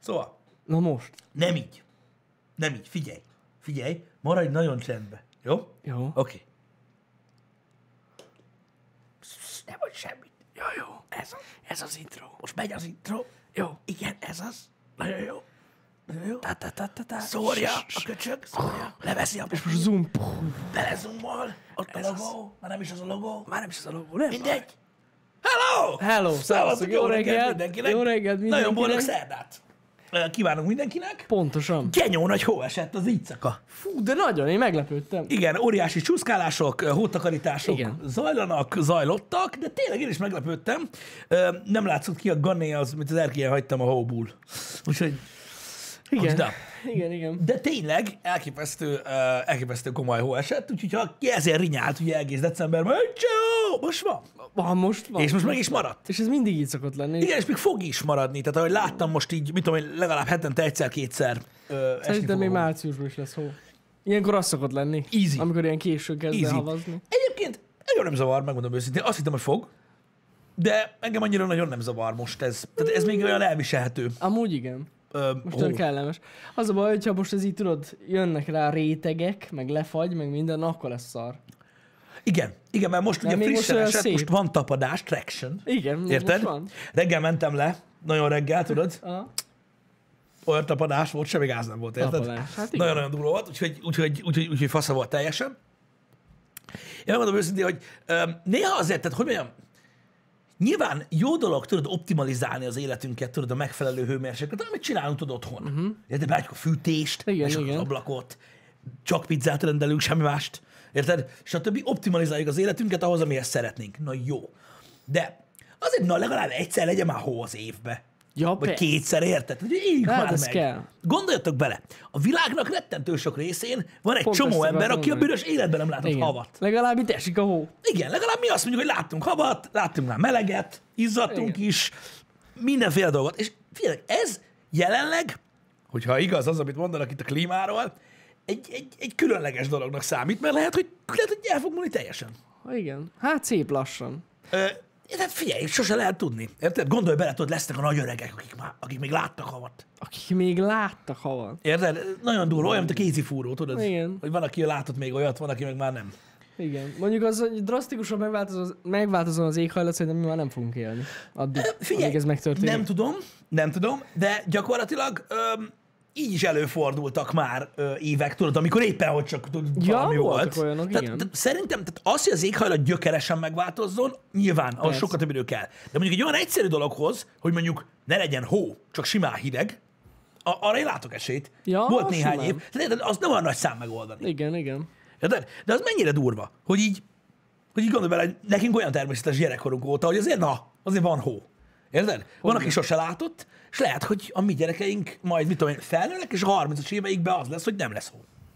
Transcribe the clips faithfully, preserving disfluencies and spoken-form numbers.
Szóval, Na most. nem így. Nem így. Figyelj. Figyelj. Maradj nagyon csendbe. Jó? Jó. Oké. Okay. Nem vagy semmit. Jó, jó. Ez, a, Ez az intro. most megy az intro. Jó. Igen, ez az. Nagyon jó. Nagyon jó. Ta, ta, ta, ta, ta. Szórja a köcsög, szórja. Leveszi a És most zoom. belezumol. Ott a Ez az. logó. Már nem is az a logó. Már nem is az a logó, nem? Mindegy. Hello! Hello, szevasztok, jó reggelt. mindenkinek. Jó reggelt Nagyon boldog mindenkinek. szerdát. Ö, Kívánunk mindenkinek. Pontosan. Genyó nagy hó esett az éjszaka. Fú, de nagyon, én meglepődtem. Igen, óriási csúszkálások, hótakarítások Igen. zajlanak, zajlottak, de tényleg én is meglepődtem. Ö, Nem látszott ki a ganné az, mint az erkélyen hagytam a hóból. Úgyhogy, Igen, hozd igen, igen. de tényleg elképesztő, uh, elképesztő komoly hó esett, úgyhogy ha ki ezért rinyált ugye egész decemberben, hogy csó, most van. Van, most van. És most meg is maradt. És ez mindig így szokott lenni. Igen, és még fog is maradni. Tehát ahogy láttam most így, mit tudom én, legalább hetente egyszer-kétszer uh, esni Szerintem fog még a hó. márciusban is lesz hó. Ilyenkor az szokott lenni. Easy. Amikor ilyen késő kezd el Easy. havazni. Egyébként nagyon nem zavar, megmondom őszintén. Azt hittem, hogy fog, de engem annyira nagyon nem zavar most ez. Tehát ez még olyan elviselhető. Amúgy igen. Ö, Most hó. olyan kellemes. Az a baj, hogyha most ez így tudod, jönnek rá rétegek, meg lefagy, meg minden, na, akkor lesz szar. Igen, igen, mert most ugye még most frissen olyan esett, szép. most van tapadás, traction. Igen, most Érted? van. Reggel mentem le, nagyon reggel, tudod? Aha. Olyan tapadás volt, semmi gáz nem volt, érted? Tapadás, hát igen. Nagyon-nagyon durva volt, úgyhogy, úgyhogy, úgyhogy, úgyhogy fasza volt teljesen. Én megmondom őszintén, hogy um, néha azért, tehát hogy mondjam, nyilván jó dolog, tudod, optimalizálni az életünket, tudod, a megfelelő hőmérsékletet, amit csinálunk, tudod, otthon. Uh-huh. Érted, beállítjuk a fűtést, Igen, és az igen. ablakot, csak pizzát rendelünk, semmi mást, érted? És a többi optimalizáljuk az életünket ahhoz, amihez szeretnénk. Na jó. De azért, na legalább egyszer legyen már hó az évbe. Ja, Vagy persze. kétszer, érted? Hogy éljük Hát, már ez meg. kell. Gondoljatok bele, a világnak rettentő sok részén van egy Pont csomó ezt ember, akartam aki a mondani. büdös életben nem látott Igen. havat. Legalább itt esik a hó. Igen, legalább mi azt mondjuk, hogy láttunk havat, láttunk már meleget, izzadtunk Igen. is, mindenféle dolgot. És figyelj, ez jelenleg, hogyha igaz az, amit mondanak itt a klímáról, egy, egy, egy különleges dolognak számít, mert lehet, hogy, lehet, hogy el fog múlni teljesen. Igen. Hát szép lassan. Ö, tehát figyelj, sose lehet tudni. Érted? Gondolj bele, tudod, lesznek a nagy öregek, akik, már, akik még láttak havat. Akik még láttak havat. Érted? Nagyon durva, olyan, mint a kézifúró, tudod? Igen. Hogy van, aki látott még olyat, van, aki meg már nem. Igen. Mondjuk az, hogy drasztikusan megváltozol, megváltozol az éghajlat, szerintem mi már nem fogunk élni. Addig, Figyelj, amíg ez megtörténik. nem tudom, nem tudom, de gyakorlatilag öm, így is előfordultak már ö, évek, tudod, amikor éppen, hogy csak tudod, Ja, valami voltak volt. olyanok, tehát, igen. tehát szerintem tehát az, hogy az éghajlat gyökeresen megváltozzon, nyilván, ahhoz Persze. sokkal több idő kell. De mondjuk egy olyan egyszerű dologhoz, hogy mondjuk ne legyen hó, csak simán hideg, a, arra én látok esélyt. Ja, Volt néhány simán. év. Tehát az nem olyan nagy szám megoldani. Igen, igen. Érted? De az mennyire durva, hogy így, hogy így gondolj bele, hogy nekünk olyan természetes gyerekkorunk óta, hogy azért na, azért van hó. Érted? Van, aki sose látott, és lehet, hogy a mi gyerekeink majd, mit tudom én, felnőnek, és a harmincas éveikben az lesz, hogy nem lesz hó.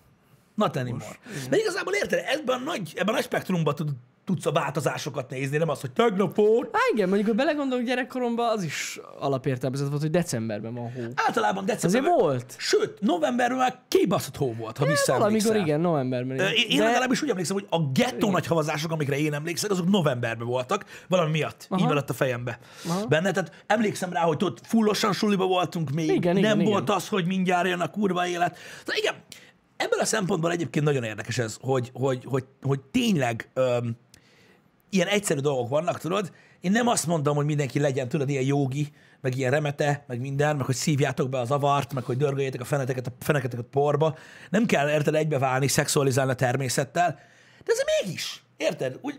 Not anymore. De igazából érted, ebben a nagy, ebben a nagy spektrumban tud, tudsz a változásokat nézni, nem az, hogy tegnap volt. Há, igen, mondjuk, hogy belegondolok gyerekkoromban, az is alapértelmezett volt, hogy decemberben van hó. Általában Azért decemberben, volt. sőt, novemberben már kibaszott hó volt, ha Valamikor visszaemlékszel. igen, novemberben. Ö, Igen. Én, én De- legalábbis úgy emlékszem, hogy a gettó nagy havazások, amikre én emlékszek, azok novemberben voltak, valami miatt. Aha. Így maradt a fejembe. Aha. Benne, tehát emlékszem rá, hogy ott fullosan suliba voltunk még, Igen, nem igen, volt igen. az, hogy mindjárt jön a kurva élet. Tehát igen, ebből a szempontból egyébként nagyon érdekes ez, hogy, hogy, hogy, hogy tényleg öm, ilyen egyszerű dolgok vannak, tudod. Én nem azt mondom, hogy mindenki legyen, tudod, ilyen jogi, meg ilyen remete, meg minden, meg hogy szívjátok be az avart, meg hogy dörgöljétek a feneteket, a feneketeket a porba. Nem kell, érted, egybeválni, szexualizálni a természettel. De ez mégis, érted? Úgy,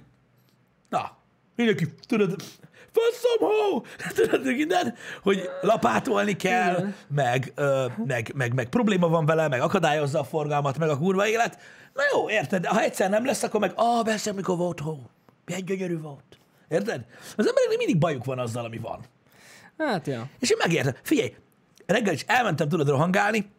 na, mindenki, tudod, faszom, hó! Tudod, minden, hogy lapátolni kell, meg, ö, meg, meg, meg probléma van vele, meg akadályozza a forgalmat, meg a kurva élet. Na jó, érted, de ha egyszer nem lesz, akkor meg, ah, persze, mikor volt hó. Milyen gyönyörű volt. Érted? Az embereknek mindig bajuk van azzal, ami van. Hát, ja. És én megértem. Figyelj, reggel is elmentem, tudod, rohangálni.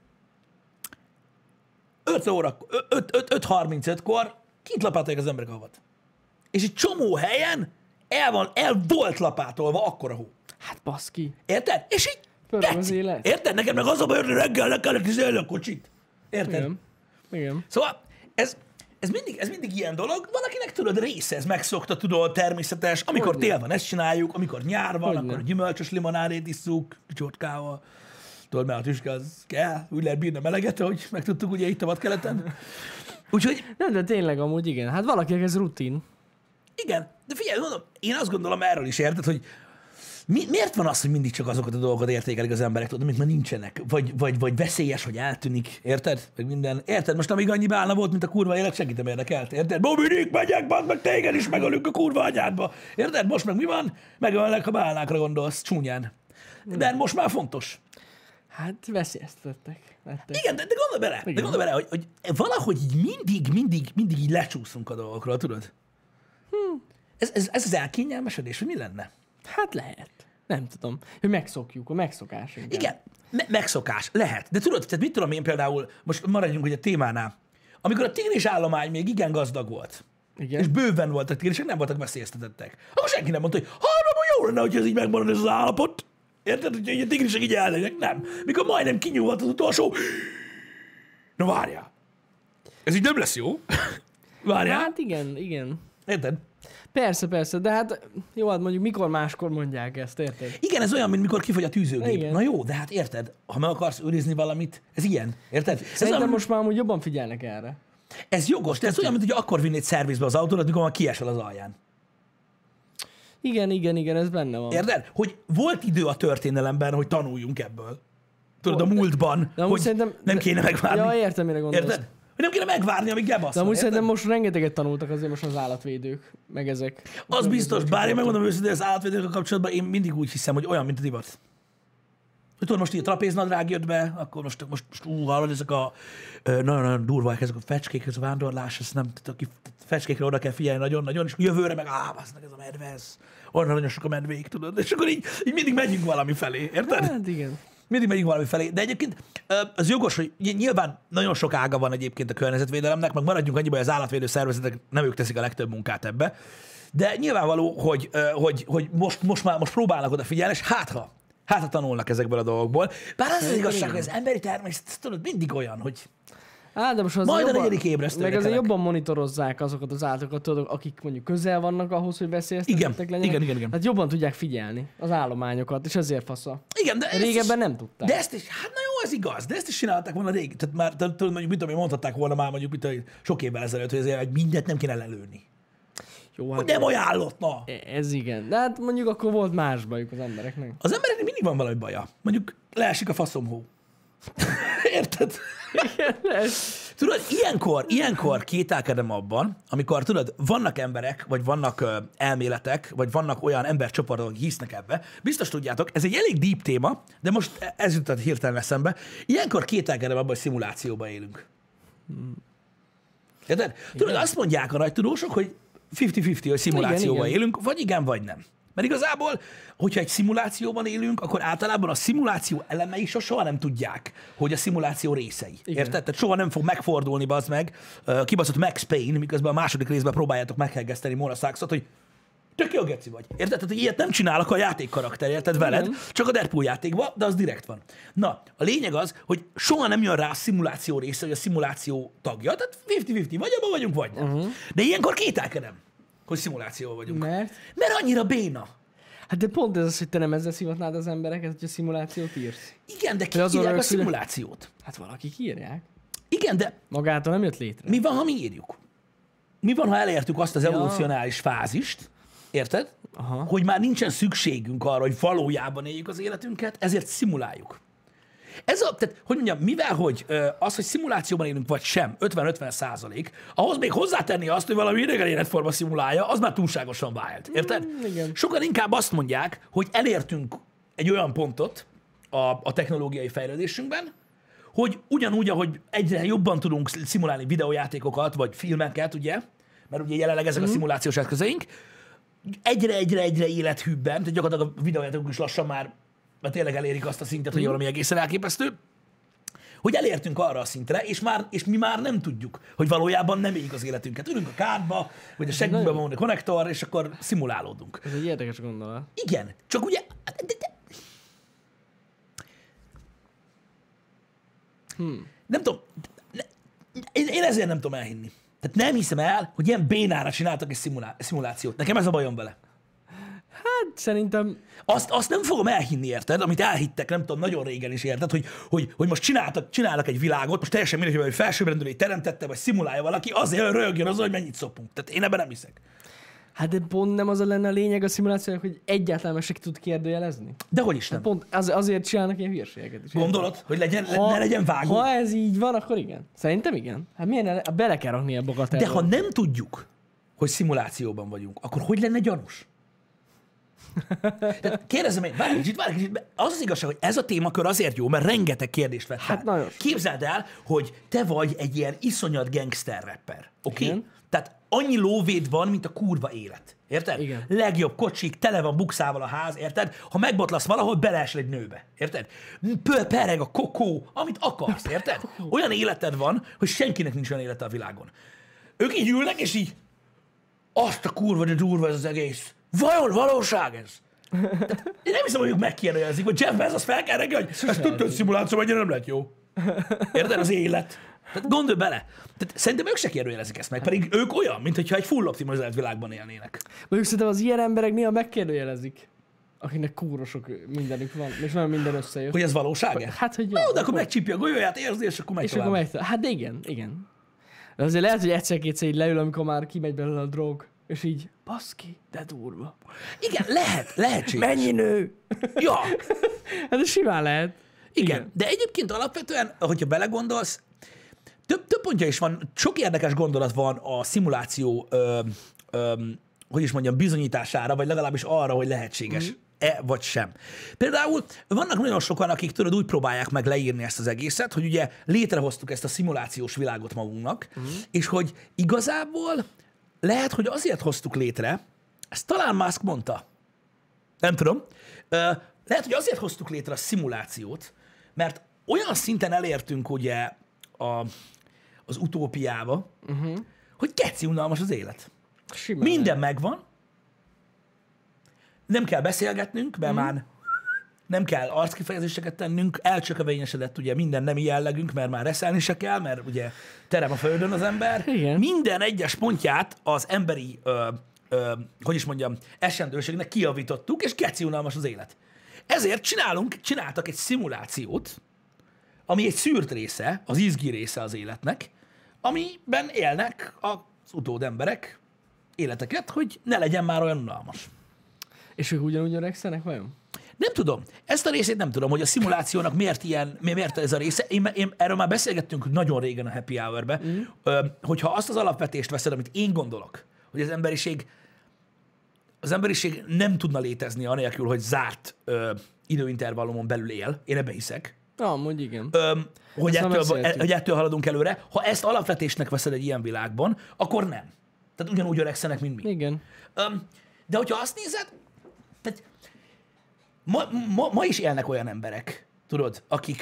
öt óra, öt harmincötkor kint lapátolják az emberek a havat. És egy csomó helyen el, van, el volt lapátolva akkora hó. Hát baszki. Érted? És így Pörög az geci. élet. Érted? Nekem meg az a baj, hogy reggel le kellett tüzelni a kocsit. Érted? Igen. Igen. Szóval ez, ez, mindig, ez mindig ilyen dolog. Van, akinek tudod, része, ez megszokta, tudod, természetes. Amikor Hogyne. tél van, ezt csináljuk, amikor nyár van, Hogyne. akkor a gyümölcsös limonádét isszuk, csótkával. tudod, mert a tüske az kell, úgy lehet bírni a meleget, hogy megtudtuk ugye itt a vadkeleten. Úgyhogy Nem, de tényleg amúgy igen. Hát valakinek ez rutin. igen, de figyelj, mondom, én azt gondolom erről is, érted, hogy mi, miért van az, hogy mindig csak azokat a dolgokat értékelik az emberek, tudod, amik már nincsenek, vagy, vagy, vagy veszélyes, hogy eltűnik, érted? Meg minden. Érted? Most amíg annyi bálna volt, mint a kurva élet, segít nem érdekelt, érted? Mobidik, megyek, bazd meg téged is megölünk a kurva anyádba. Érted? Most meg mi van? Megölnek, ha bálnákra gondolsz, csúnyán. De most már fontos. Hát veszélyeztettek. Lettek. Igen, de, de gondolj bele, de gondolj bele, hogy, hogy valahogy így mindig, mindig, mindig így lecsúszunk a dolgokról, tudod? Hmm. Ez, ez, ez az elkényelmesedés, hogy mi lenne? Hát lehet. Nem tudom. Hogy megszokjuk, a megszokás. Inkább. Igen, me- megszokás. Lehet. De tudod, tehát mit tudom én például, most maradjunk hogy a témánál, amikor a tigris állomány még igen gazdag volt, Igen. és bőven voltak tigrisek, nem voltak veszélyeztetettek. Akkor senki nem mondta, hogy hallom, jó lenne, hogy ez így megmarad ez az állapot. Érted, hogy a tigrisek így ellegyenek? Nem. Mikor majdnem kinyúlt az utolsó, na várjál. Ez így nem lesz jó. Várjál. Hát igen, igen. Érted? Persze, persze, de hát jó, hát mondjuk mikor máskor mondják ezt, érted? Igen, ez olyan, mint mikor kifogy a tűzőgép. Igen. Na jó, de hát érted, ha meg akarsz őrizni valamit, ez ilyen. Érted? Ez, Szerintem olyan, most már amúgy jobban figyelnek erre. ez jogos, de ez olyan, mint hogy akkor vinnéd szervizbe az autódat, mikor már kiesel az alján. Igen, igen, igen, ez benne van. Érted? Hogy volt idő a történelemben, hogy tanuljunk ebből. Tudod, a Volt. múltban, De amúgy hogy szerintem- nem de- kéne megvárni. Ja, értem, mire gondolsz. Érted? Hogy nem kéne megvárni, amíg gebasz. De amúgy szerintem most rengeteget tanultak azért most az állatvédők, meg ezek. Az biztos, bár én megmondom őszintén, az állatvédőkkel kapcsolatban én mindig úgy hiszem, hogy olyan, mint a divat. Hogy tudod, most így a trapéznadrág jött be, akkor most, most, most ú, hallod, ezek a ö, nagyon-nagyon durvák, ezek a fecskék, ez a vándorlás, ez nem, tehát aki fecskékre oda kell figyelni nagyon-nagyon, és jövőre meg, á, basznak, ez a medve, ez, olyan nagyon sok a medvék, tudod, és akkor így, így mindig megyünk valami felé, érted? Hát igen. Mindig megyünk valami felé. De egyébként ö, az jogos, hogy nyilván nagyon sok ága van egyébként a környezetvédelemnek, meg maradjunk annyiba, hogy az állatvédő szervezetek nem ők teszik a legtöbb munkát ebbe. De nyilvánvaló, hogy, ö, hogy, hogy most, most már most próbálnak odafigyelni, és hát ha, hát ha tanulnak ezekből a dolgokból. Bár az az igazság, hogy az emberi természet tudod, mindig olyan, hogy Á, de most az majd a jobban, negyedik ébresztőnek meg azért elek. jobban monitorozzák azokat az állatokat, tudod, akik mondjuk közel vannak ahhoz, hogy veszélyeztetettek Igen, legyenek. igen, igen, igen. Hát jobban tudják figyelni az állományokat, és ezért fasza. igen, de ezt Régebben is, nem tudták. De ezt is, hát na jó, ez igaz, de ezt is csinálták volna rég. Tehát már tudod, mondjuk, mit tudom én, mondhatták volna már mondjuk, mit tudom én, sok évvel ezelőtt, hogy azért mindent nem kéne lelőni. Jó, Hogy nem ajánlott, na. Ez igen. De hát mondjuk akkor volt más bajuk az embereknek. Az embereknek mindig van valami baja. Mondjuk leesik a faszomhó. Érted? Tudod, ilyenkor, ilyenkor kételkedem abban, amikor tudod, vannak emberek, vagy vannak ö, elméletek, vagy vannak olyan embercsoportok, akik hisznek ebbe. Biztos tudjátok, ez egy elég deep téma, de most ez jutott hirtelen eszembe. Ilyenkor kételkedem abban, hogy szimulációban élünk. Érted? Tudod, azt mondják a nagy tudósok, hogy fifty-fifty, hogy szimulációban Igen, igen. élünk, vagy igen, vagy nem. Mert igazából, hogyha egy szimulációban élünk, akkor általában a szimuláció elemei so- soha nem tudják, hogy a szimuláció részei. Igen. Érted? Tehát soha nem fog megfordulni, bazd meg, uh, kibaszott Max Payne, miközben a második részben próbáljátok meghegeszteni Mona Sachsot, hogy tök jó geci vagy. Érted? Tehát, hogy ilyet nem csinálok a játékkarakter, érted veled, Igen. csak a Deadpool játékban, de az direkt van. Na, a lényeg az, hogy soha nem jön rá a szimuláció része, hogy a szimuláció tagja. Tehát fifty-fifty, vagy abban vagyunk, vagy nem. Uh-huh. De ilyenkor kételkedem, hogy szimulációban vagyunk. Mert? Mert annyira béna. Hát de pont ez az, hogy te nem ezzel szivatnád az embereket, hogy a szimulációt írsz. Igen, de ki azon írják a rögtön- szimulációt? Hát valaki írják. Igen, de Magától nem jött létre. mi van, ha mi írjuk? Mi van, ha elértük azt az evolucionális fázist, érted? Aha. Hogy már nincsen szükségünk arra, hogy valójában éljük az életünket, ezért szimuláljuk. Ez a, tehát, hogy mondjam, mivel, hogy ö, az, hogy szimulációban élünk, vagy sem, ötven-ötven százalék, ahhoz még hozzátenni azt, hogy valami idegen életforma szimulálja, az már túlságosan wild. Érted? Mm, igen. Sokan inkább azt mondják, hogy elértünk egy olyan pontot a, a technológiai fejlődésünkben, hogy ugyanúgy, ahogy egyre jobban tudunk szimulálni videójátékokat, vagy filmeket, ugye, mert ugye jelenleg ezek mm. a szimulációs eszközeink, egyre-egyre-egyre élethűbben, tehát gyakorlatilag a videójátékok is lassan már, már tényleg elérik azt a szintet, hogy valami egészen elképesztő, hogy elértünk arra a szintre, és, már, és mi már nem tudjuk, hogy valójában nem éljük az életünket. Ülünk a kádba, vagy a seggünkben van a konnektor, és akkor szimulálódunk. Ez egy érdekes gondolat. Igen, csak ugye... De, de, Hmm. nem tudom, ne, én, én ezért nem tudom elhinni. Tehát nem hiszem el, hogy ilyen bénára csináltak egy szimulá, szimulációt. Nekem ez a bajom vele. Hát szerintem... Azt, azt nem fogom elhinni, érted? Amit elhittek, nem tudom, nagyon régen is, érted? Hogy, hogy, hogy most csináltak, csinálnak egy világot, most teljesen mindegy, hogy felsőbbrendülét teremtette, vagy szimulálja valaki, azért rögjön azon, hogy mennyit szopunk. Tehát én ebben nem hiszek. Hát de pont nem az a lenne a lényeg a szimulációnak, hogy egyáltalán meg se tud kérdőjelezni. De hogy is nem? Pont az, azért csinálnak ilyen hülyeségeket is. Gondolod, hogy legyen, ha, ne legyen vágó? Ha ez így van, akkor igen. Szerintem igen. Hát milyen ele- bele kell rakni ebbe a De ha nem tudjuk, hogy szimulációban vagyunk, akkor hogy lenne gyanús? Tehát kérdezem én, várj egy kicsit, várj egy kicsit, az az igazság, hogy ez a témakör azért jó, mert rengeteg kérdést vett fel. Hát nagyon. Képzeld el, hogy te vagy egy ilyen iszonyat gangster rapper, oké? Okay? Igen. Tehát annyi lóvéd van, mint a kurva élet. Érted? Igen. Legjobb kocsik, tele van bukszával a ház, érted? Ha megbotlasz valahol, beleesel egy nőbe, érted? Pö- Pereg a kokó, amit akarsz, érted? Olyan életed van, hogy senkinek nincs olyan élete a világon. Ők így ülnek, és így azt a kurva, de durva ez az egész. Vajon valóság ez? Tehát én nem hiszem, hogy ők megkérdőjelezik, hogy Jeff Bezos fel kell neki, hogy ez tudod, szimuláció, mennyire nem lett jó. Érted? Az élet. Tehát gondolj bele. Tehát szerintem ők se kérdőjelezik ezt meg, pedig ők olyan, mintha egy full optimalizált világban élnének. Mondjuk szerintem az ilyen emberek néha megkérdőjelezik, akinek kúra sok mindenük van, és nagyon minden összejött. Hogy ez valóság-e? Hát, hogy jó. Jó, de akkor megcsípja a golyóját, érzi, és akkor megy És tovább. akkor megy. Hát de igen, igen. De azért lehet, hogy egyszer-kétszer így leül, amikor már kimegy belőle a drog, és így, baszki, de durva. Igen, lehet, lehetséges. Mennyi nő? Ja, Hát ez simán lehet. igen. Igen. De egyébként alapvetően, hogyha belegondolsz, több, több pontja is van, sok érdekes gondolat van a szimuláció, ö, ö, hogy is mondjam, bizonyítására, vagy legalábbis arra, hogy lehetséges. E vagy sem. Például vannak nagyon sokan, akik tudod, úgy próbálják meg leírni ezt az egészet, hogy ugye létrehoztuk ezt a szimulációs világot magunknak, uh-huh. és hogy igazából lehet, hogy azért hoztuk létre, ezt talán Musk mondta, nem tudom, lehet, hogy azért hoztuk létre a szimulációt, mert olyan szinten elértünk ugye a, az utópiába, uh-huh. hogy keci unalmas az élet. Simán Minden lehet. megvan, nem kell beszélgetnünk, mert mm. már nem kell arckifejezéseket tennünk, elcsökevényesedett ugye minden nemi jellegünk, mert már reszelni se kell, mert ugye terem a földön az ember. Igen. Minden egyes pontját az emberi, ö, ö, hogy is mondjam, esendőségnek kijavítottuk, és keci unalmas az élet. Ezért csinálunk, csináltak egy szimulációt, ami egy szűrt része, az izgi része az életnek, amiben élnek az utód emberek életeket, hogy ne legyen már olyan unalmas. És ők ugyanúgy öregszenek vajon? Nem tudom. Ezt a részét nem tudom, hogy a szimulációnak miért ilyen, miért ez a része. Én, én, erről már beszélgettünk nagyon régen a Happy Hour-be, mm. hogyha azt az alapvetést veszed, amit én gondolok, hogy az emberiség, az emberiség nem tudna létezni anélkül, hogy zárt ö, időintervallumon belül él. Én ebbe hiszek. Ah, amúgy igen. Ö, hogy, ettől, beszéltük. hogy ettől haladunk előre. Ha ezt alapvetésnek veszed egy ilyen világban, akkor nem. Tehát ugyanúgy öregszenek, mint mi. Igen. Ö, de hogyha azt nézed, tehát ma, ma, ma is élnek olyan emberek, tudod, akik,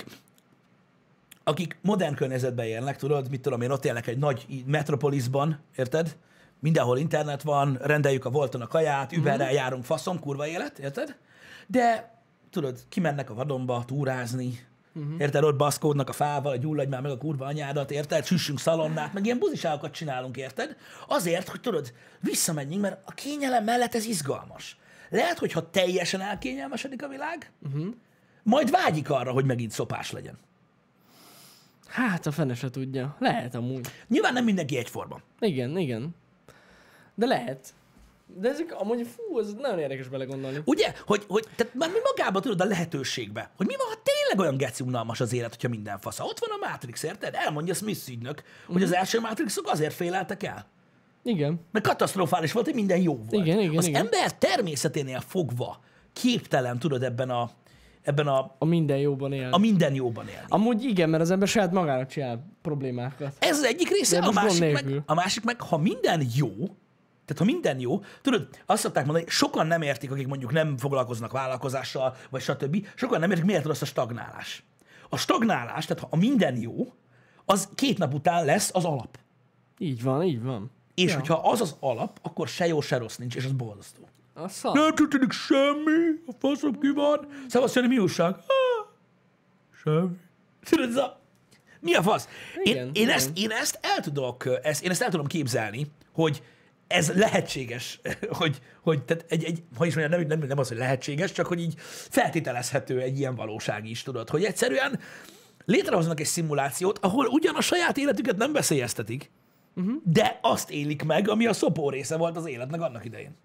akik modern környezetben élnek, tudod, mit tudom én, ott élnek egy nagy metropolisban, érted? Mindenhol internet van, rendeljük a Volton a kaját, Uberrel járunk, faszom, kurva élet, érted? De, tudod, kimennek a vadonba túrázni, uh-huh. érted? Ott baszkódnak a fával, gyulladj már meg a kurva anyádat, érted? Süssünk szalonnát, meg ilyen buziságokat csinálunk, érted? Azért, hogy tudod, visszamenjünk, mert a kényelem mellett ez izgalmas. Lehet, hogy ha teljesen elkényelmesedik a világ, uh-huh. majd vágyik arra, hogy megint szopás legyen. Hát a fene se tudja. Lehet amúgy. Nyilván nem mindenki egyforma. Igen, igen. De lehet. De ezek amúgy, fú, ez nagyon érdekes belegondolni. Ugye? Hogy, hogy tehát már mi magában tudod a lehetőségbe, hogy mi van, ha tényleg olyan geci unalmas az élet, hogyha minden fasza. Ott van a Matrix, érted? Elmondja Smith ügynök, hogy uh-huh. az első Matrixok azért féleltek el. Igen. Mert katasztrofális volt, hogy minden jó volt. Igen, igen, az igen. ember természeténél fogva képtelen, tudod, ebben a, ebben a, A minden jóban él. a minden jóban élni. Amúgy igen, mert az ember saját magának csinál problémákat. Ez az egyik része, De a most gond másik, meg, nélkül. a másik meg, ha minden jó, tehát ha minden jó, tudod, azt szokták mondani, sokan nem értik, akik mondjuk nem foglalkoznak vállalkozással, vagy stb. Sokan nem értik, miért rossz a stagnálás. A stagnálás, tehát ha a minden jó, az két nap után lesz az alap. Így van, így van. És Ja. hogyha az az alap, akkor se jó, se rossz nincs, és az borzasztó. A szar. Nem történik semmi, a faszom ki van. Szevasz, Jani, mi újság? Ah, semmi. Tudod, ez a... Mi a fasz? Én, Igen, én, igen. ezt, én ezt el tudok, ezt, én ezt el tudom képzelni, hogy ez lehetséges, hogy, hogy tehát egy, egy, ha is mondjam, nem, nem, nem az, hogy lehetséges, csak hogy így feltételezhető egy ilyen valóság is, tudod, hogy egyszerűen létrehoznak egy szimulációt, ahol ugyan a saját életüket nem veszélyeztetik, uh-huh. de azt élik meg, ami a szopó része volt az életnek annak idején.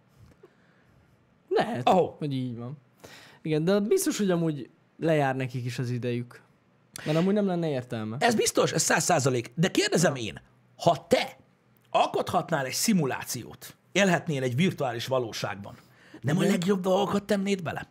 Lehet, Ahol. hogy így van. Igen, de biztos, hogy amúgy lejár nekik is az idejük. Mert amúgy nem lenne értelme. Ez biztos, ez száz százalék. De kérdezem én, ha te alkothatnál egy szimulációt, élhetnél egy virtuális valóságban, nem a legjobb dolgokat tennéd bele?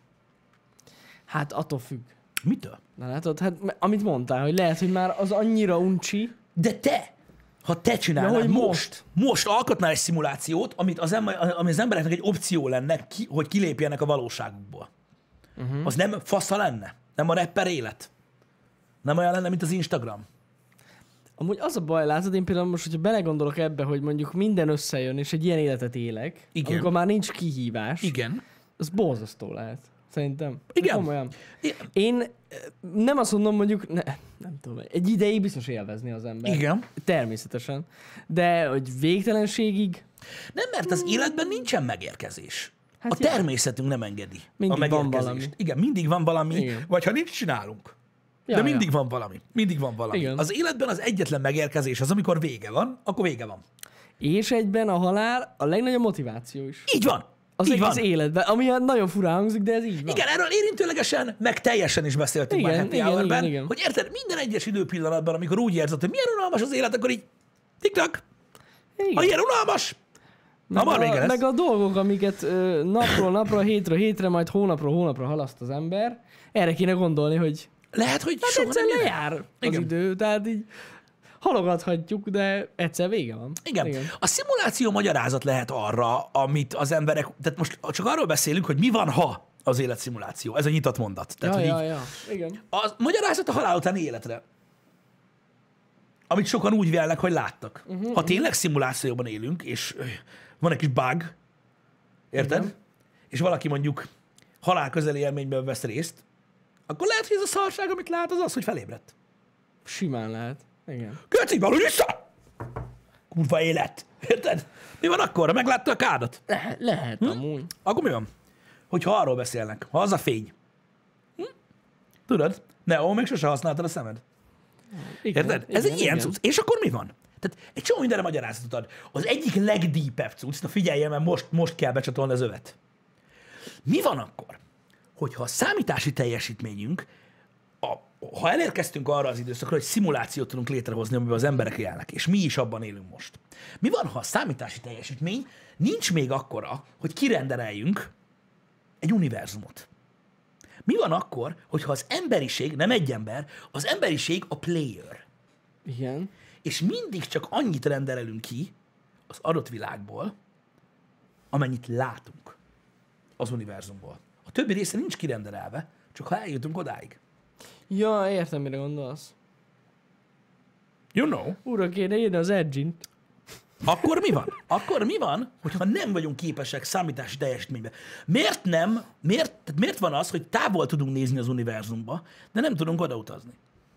Hát attól függ. Mitől? Na látod, hát m- amit mondtál, hogy lehet, hogy már az annyira uncsi. De te, ha te csinálnád Ja, hogy most, most. most alkotnál egy szimulációt, amit az, ember, ami az embereknek egy opció lenne, ki, hogy kilépjenek a valóságukból. Uh-huh. Az nem fasza lenne? Nem a rapper élet? Nem olyan lenne, mint az Instagram? Amúgy az a baj, látod, én például most, hogyha belegondolok ebbe, hogy mondjuk minden összejön, és egy ilyen életet élek, Igen. amikor már nincs kihívás, Igen. az borzasztó lehet. Szerintem. Igen. Komolyan. Igen. Én eh, nem azt mondom, mondjuk, ne, nem tudom, egy ideig biztos élvezni az ember. Igen. Természetesen. De, hogy végtelenségig, Nem, mert az életben nincsen megérkezés. Hát A ja. természetünk nem engedi Mindig a van megérkezést. valami. Igen, mindig van valami, Igen. vagy ha nincs, csinálunk. Ja, De mindig ja. van valami. Mindig van valami. Igen. Az életben az egyetlen megérkezés az, amikor vége van, akkor vége van. És egyben a halál a legnagyobb motiváció is. Így van. Az így egész van. életben, ami nagyon furán hangzik, de ez így van. Igen, erről érintőlegesen, meg teljesen is beszéltünk Igen, már Happy igen, Hour-ben, igen, igen. hogy érted, minden egyes időpillanatban, amikor úgy érzed, hogy milyen unalmas az élet, akkor így tiktak, Igen. ha ilyen unalmas, Meg, hamar vége a, lesz. meg a dolgok, amiket ö, napról napra, hétről hétre, majd hónapról hónapra halaszt az ember, erre kéne gondolni, hogy Lehet, hogy hát soha egyszer nem jön. lejár az Igen. idő, tehát így halogathatjuk, de egyszer vége van. Igen. Igen. A szimuláció magyarázat lehet arra, amit az emberek, tehát most csak arról beszélünk, hogy mi van, ha az élet szimuláció. Ez a nyitott mondat. Tehát, Ja, hogy ja, így, ja. Igen. a magyarázat a halál utáni életre. Amit sokan úgy vélnek, hogy láttak. Uh-huh, ha tényleg szimulációban élünk, és ö, van egy kis bug, érted? Igen. És valaki mondjuk halál közeli élményben vesz részt, akkor lehet, hogy ez a szarság, amit lát, az az, hogy felébredt. Simán lehet. Igen. Köci, valahogy vissza! Kurva élet. Érted? Mi van akkor, ha meglátta a kádat? Lehet, lehet hm? amúgy. Akkor mi van? Hogyha arról beszélnek, ha az a fény. Hm? Tudod? Neo, még sose használtad a szemed. Igen, Érted? igen, Ez egy ilyen igen. cucc. És akkor mi van? Tehát egy csomó mindenre magyarázatot ad. Az egyik legdeepebb cucc, na figyelj, mert most, most kell becsatolni az övet. Mi van akkor, hogyha a számítási teljesítményünk, a, ha elérkeztünk arra az időszakra, hogy szimulációt tudunk létrehozni, amiben az emberek élnek, és mi is abban élünk most. Mi van, ha a számítási teljesítmény nincs még akkora, hogy kirendereljünk egy univerzumot? Mi van akkor, hogyha az emberiség, nem egy ember, az emberiség a player, Igen. és mindig csak annyit rendelünk ki az adott világból, amennyit látunk az univerzumból. A többi része nincs kirenderelve, csak ha eljutunk odáig. Ja, értem, mire gondolsz. You know. Újra kéne írni az Edge-int. Akkor mi van? Akkor mi van, hogyha nem vagyunk képesek számítási teljesítménybe? Miért nem, miért, tehát miért van az, hogy távol tudunk nézni az univerzumba, de nem tudunk odautazni?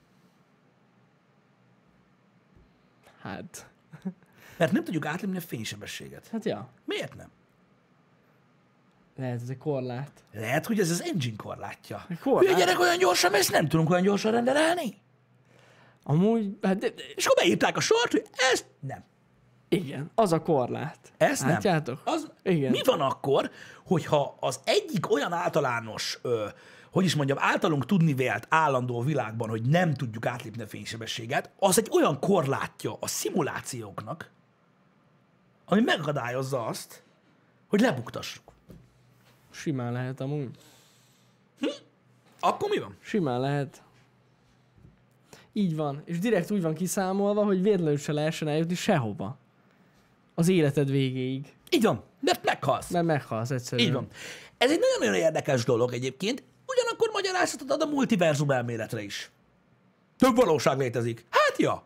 Hát, Mert nem tudjuk átlépni a fénysebességet. hát ja. Miért nem? Lehet, ez egy korlát. Lehet, hogy ez az engine korlátja. korlát. Hülye gyerek, olyan gyorsan, mert ezt nem tudunk olyan gyorsan rendelni. Amúgy, hát de, de, És akkor beírták a sort, hogy ezt nem. igen, az a korlát. Ezt nem. Látjátok? Az, Igen. Mi van akkor, hogyha az egyik olyan általános, ö, hogy is mondjam, általunk tudni vélt állandó világban, hogy nem tudjuk átlépni a fénysebességet, az egy olyan korlátja a szimulációknak, ami megakadályozza azt, hogy lebuktassuk. Simán lehet amúgy. Akkor mi van? Simán lehet. Így van. És direkt úgy van kiszámolva, hogy véletlenül se lehessen eljutni sehova. Az életed végéig. Így van, mert meghalsz. Mert meghalsz egyszerűen. Így van. Ez egy nagyon-nagyon érdekes dolog egyébként, ugyanakkor magyarázatot ad a multiverzum elméletre is. Több valóság létezik. Hát ja.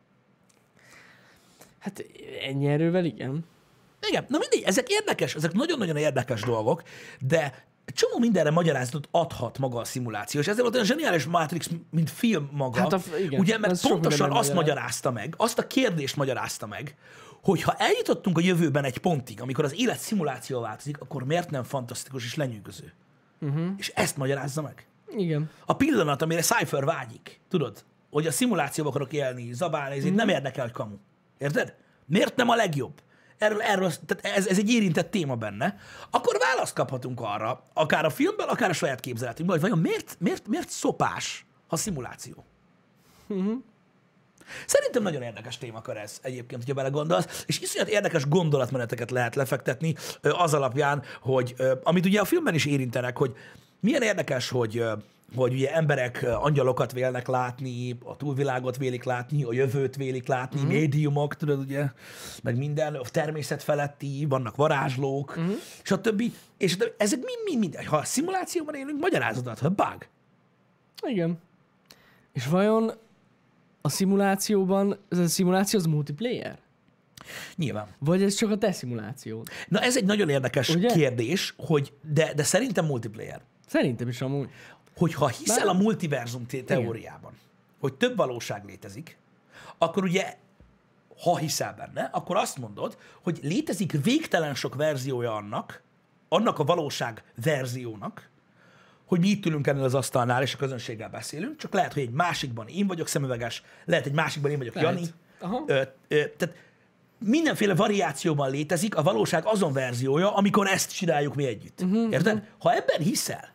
Hát ennyi erővel igen. Igen, na mindegy, ezek érdekes, ezek nagyon-nagyon érdekes dolgok, de egy csomó mindenre magyarázatot adhat maga a szimuláció, és ezért volt olyan zseniális Matrix, mint film maga, Hát a, igen, ugye, mert pontosan azt magyaráz. magyarázta meg, azt a kérdést magyarázta meg, hogy ha eljutottunk a jövőben egy pontig, amikor az élet szimulációvá változik, akkor miért nem fantasztikus és lenyűgöző? Uh-huh. És ezt magyarázza meg. Igen. A pillanat, amire Cypher vágyik, tudod, hogy a szimulációba akarok élni, zabálni, ez mm. nem érdekel, hogy kamu. Érted? Miért nem a legjobb? Erről, erről, tehát ez, ez egy érintett téma benne. Akkor választ kaphatunk arra, akár a filmben, akár a saját képzeletünkben, hogy vajon miért, miért, miért szopás a szimuláció? Uh-huh. Szerintem nagyon érdekes témakör ez egyébként, hogyha belegondolsz, és iszonyat érdekes gondolatmeneteket lehet lefektetni ö, az alapján, hogy ö, amit ugye a filmben is érintenek, hogy milyen érdekes, hogy, ö, hogy ugye emberek ö, angyalokat vélnek látni, a túlvilágot vélik látni, a jövőt vélik látni, mm-hmm. médiumok, tudod ugye, meg minden, a természet feletti, vannak varázslók, mm-hmm. és a többi, és a többi, ezek mind, mind, mind, ha a szimulációban élünk, magyarázatot, ha bug. Igen. És vajon a szimulációban, ez a szimuláció az multiplayer? Nyilván. Vagy ez csak a te szimulációd? Na ez egy nagyon érdekes Ugye? kérdés, hogy de, de szerintem multiplayer. Szerintem is amúgy. Hogyha hiszel Bár... a multiverzum te- teóriában, igen. hogy több valóság létezik, akkor ugye, ha hiszel benne, akkor azt mondod, hogy létezik végtelen sok verziója annak, annak a valóság verziónak, hogy mi itt ülünk ennél az asztalnál, és a közönséggel beszélünk, csak lehet, hogy egy másikban én vagyok szemüveges, lehet egy másikban én vagyok lehet. Jani. Aha. Ö, ö, tehát mindenféle variációban létezik a valóság azon verziója, amikor ezt csináljuk mi együtt. Uh-huh, Érted? Uh-huh. Ha ebben hiszel,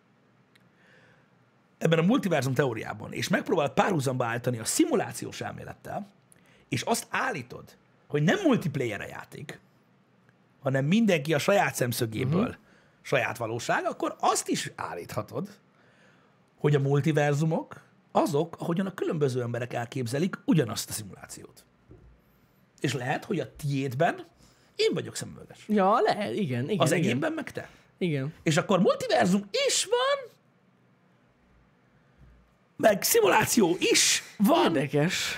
ebben a multiverzum teóriában, és megpróbál párhuzamba állítani a szimulációs elmélettel, és azt állítod, hogy nem multiplayer a játék, hanem mindenki a saját szemszögéből uh-huh. saját valóság, akkor azt is állíthatod, hogy a multiverzumok azok, ahogyan a különböző emberek elképzelik ugyanazt a szimulációt. És lehet, hogy a tiédben én vagyok szemüveges. Ja, lehet, igen. igen Az igen. enyémben meg te. Igen. És akkor multiverzum is van, meg szimuláció is van. Érdekes.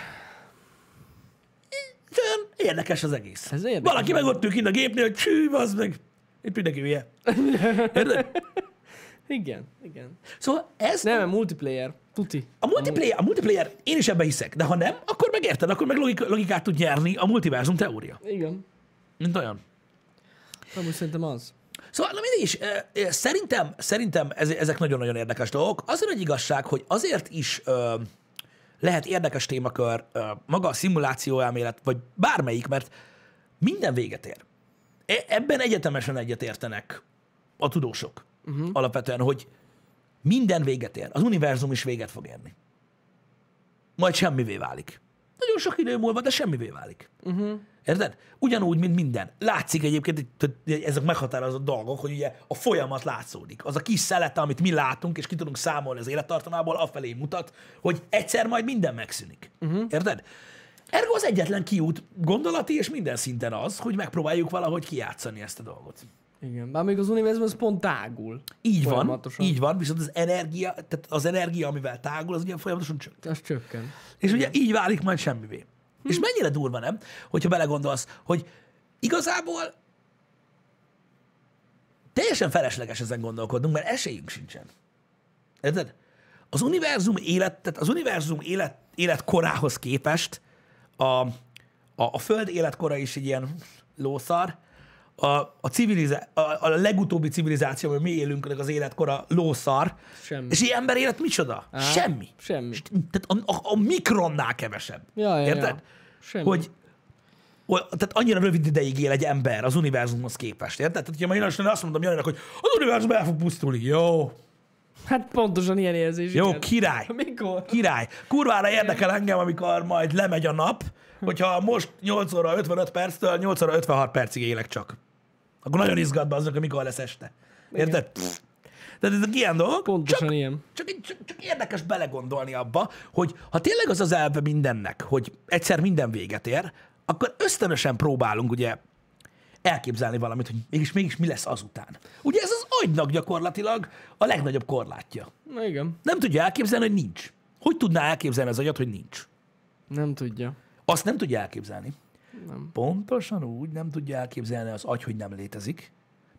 Olyan érdekes az egész. Ez érdekes. Valaki meg ott ül kint a gépnél, hogy csű, az meg. Itt mindenki hülye. Érted? Igen, igen. Szóval ez... Nem, a multiplayer. Tuti. A multiplayer, a multiplayer, én is ebben hiszek, de ha nem, akkor meg érted, akkor meg logik, logikát tud nyerni a multiverzum teória. Igen. Mint olyan. Amúgy szerintem az. Szóval, na mindig is, szerintem, szerintem ez, ezek nagyon-nagyon érdekes dolgok. Az a nagy igazság, hogy azért is ö, lehet érdekes témakör ö, maga a szimuláció elmélet, vagy bármelyik, mert minden véget ér. E- ebben egyetemesen egyetértenek a tudósok uh-huh. alapvetően, hogy minden véget ér. Az univerzum is véget fog érni. Majd semmivé válik. Nagyon sok idő múlva, de semmivé válik. Uh-huh. Érted? Ugyanúgy, mint minden. Látszik egyébként, hogy ezek meghatározott dolgok, hogy ugye a folyamat látszódik. Az a kis szelete, amit mi látunk, és ki tudunk számolni az élettartamából, afelé mutat, hogy egyszer majd minden megszűnik. Uh-huh. Érted? Ergo az egyetlen kiút gondolati és minden szinten az, hogy megpróbáljuk valahogy kijátszani ezt a dolgot. Igen, bár még az univerzum az pont tágul. Így van, így van, viszont az energia, tehát az energia, amivel tágul, az ugye folyamatosan csökken. Az csökken. És ugye így válik majd semmivé. Hm. És mennyire durva, nem? Hogyha belegondolsz, hogy igazából teljesen felesleges ezen gondolkodnunk, mert esélyünk sincsen. Érted? Az univerzum élet, tehát az univerzum élet, életkorához képest a, a, a Föld életkora is egy ilyen lószar, a, a, civilizá- a, a legutóbbi civilizáció, amiben mi élünk, az életkora lószar, Semmi. és ilyen ember élet micsoda? Á, semmi. Semmi. Tehát a, a, a mikronnál kevesebb. Ja, ja, Érted? ja. Semmi. Hogy, hogy, tehát annyira rövid ideig él egy ember az univerzumhoz képest. Érted? Tehát, hogyha én azt mondom Janinak, hogy az univerzum el fog pusztulni. Jó. Hát pontosan ilyen érzés. Jó, igen. király. Mikor? Király. Kurvára érdekel engem, amikor majd lemegy a nap, hogyha most nyolc óra ötvenöt perctől nyolc óra ötvenhat percig élek csak. Akkor nagyon izgat be azok, hogy mikor lesz este. Érted? Tehát ezek ilyen dolgok. Pontosan csak, ilyen. Csak, csak, csak érdekes belegondolni abba, hogy ha tényleg az az elve mindennek, hogy egyszer minden véget ér, akkor ösztönösen próbálunk ugye elképzelni valamit, hogy mégis, mégis mi lesz azután. Ugye ez az agynak gyakorlatilag a legnagyobb korlátja. Na igen. Nem tudja elképzelni, hogy nincs. Hogy tudná elképzelni az agyat, hogy nincs? Nem tudja. Azt nem tudja elképzelni. Nem. Pontosan úgy nem tudja elképzelni az agy, hogy nem létezik,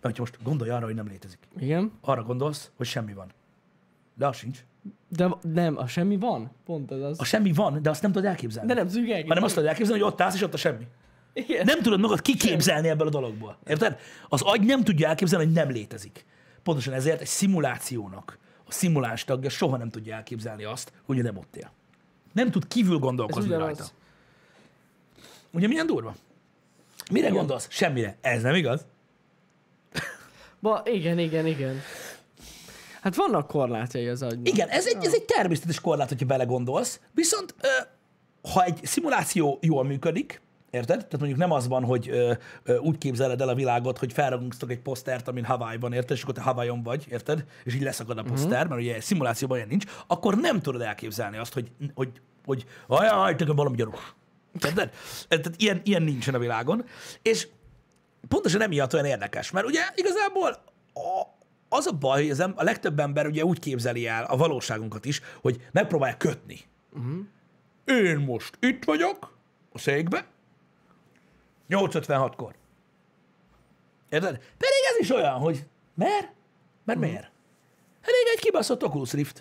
Hogy most gondolj arra, hogy nem létezik. Igen. Arra gondolsz, hogy semmi van. De az sincs. De nem, a semmi van? Pont az az. A semmi van, de azt nem tudod elképzelni. De nem tudjuk elképzelni. Hanem azt tudod elképzelni, hogy ott állsz, és ott a semmi. Igen. Nem tudod magad kiképzelni ebből a dologból. Érted? Az agy nem tudja elképzelni, hogy nem létezik. Pontosan ezért egy szimulációnak a szimuláns tagja soha nem tudja elképzelni azt, hogy ő nem ott él. Nem tud kívül gondolkozni Ez rajta. ugyanaz. Ugye milyen durva? Mire Igen. gondolsz? Semmire. Ez nem igaz? Ba, igen, igen, igen. Hát vannak korlátjai az agynak. Igen, ez egy, ez egy természetes korlát, hogyha belegondolsz. Viszont ö, ha egy szimuláció jól működik, érted? Tehát mondjuk nem az van, hogy ö, ö, úgy képzeled el a világot, hogy felragasztok egy posztert, amin Hawaii-ban, érted? És akkor te Hawaiion vagy, érted? És így leszakad a poszter, uh-huh. mert ugye egy szimulációban ilyen nincs, akkor nem tudod elképzelni azt, hogy, hogy, hogy ajaj, nekem valami gyanús. Érted? Tehát ilyen, ilyen nincsen a világon. És pontosan emiatt olyan érdekes, mert ugye igazából a, az a baj, hogy az em- a legtöbb ember ugye úgy képzeli el a valóságunkat is, hogy megpróbálja kötni. Uh-huh. Én most itt vagyok, a székbe, nyolc ötvenhatkor. Érted? Pedig ez is olyan, hogy mer? Mert uh-huh. miért? Elég egy kibaszott Oculus Rift.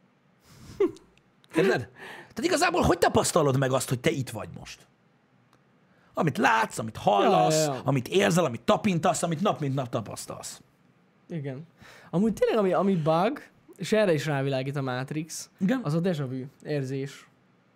Érted? Tehát igazából hogy tapasztalod meg azt, hogy te itt vagy most? Amit látsz, amit hallasz, ja, ja, ja. amit érzel, amit tapintasz, amit nap mint nap tapasztalsz. Igen. Amúgy tényleg, ami, ami bug, és erre is rávilágít a Matrix, Igen? az a déjà vu érzés.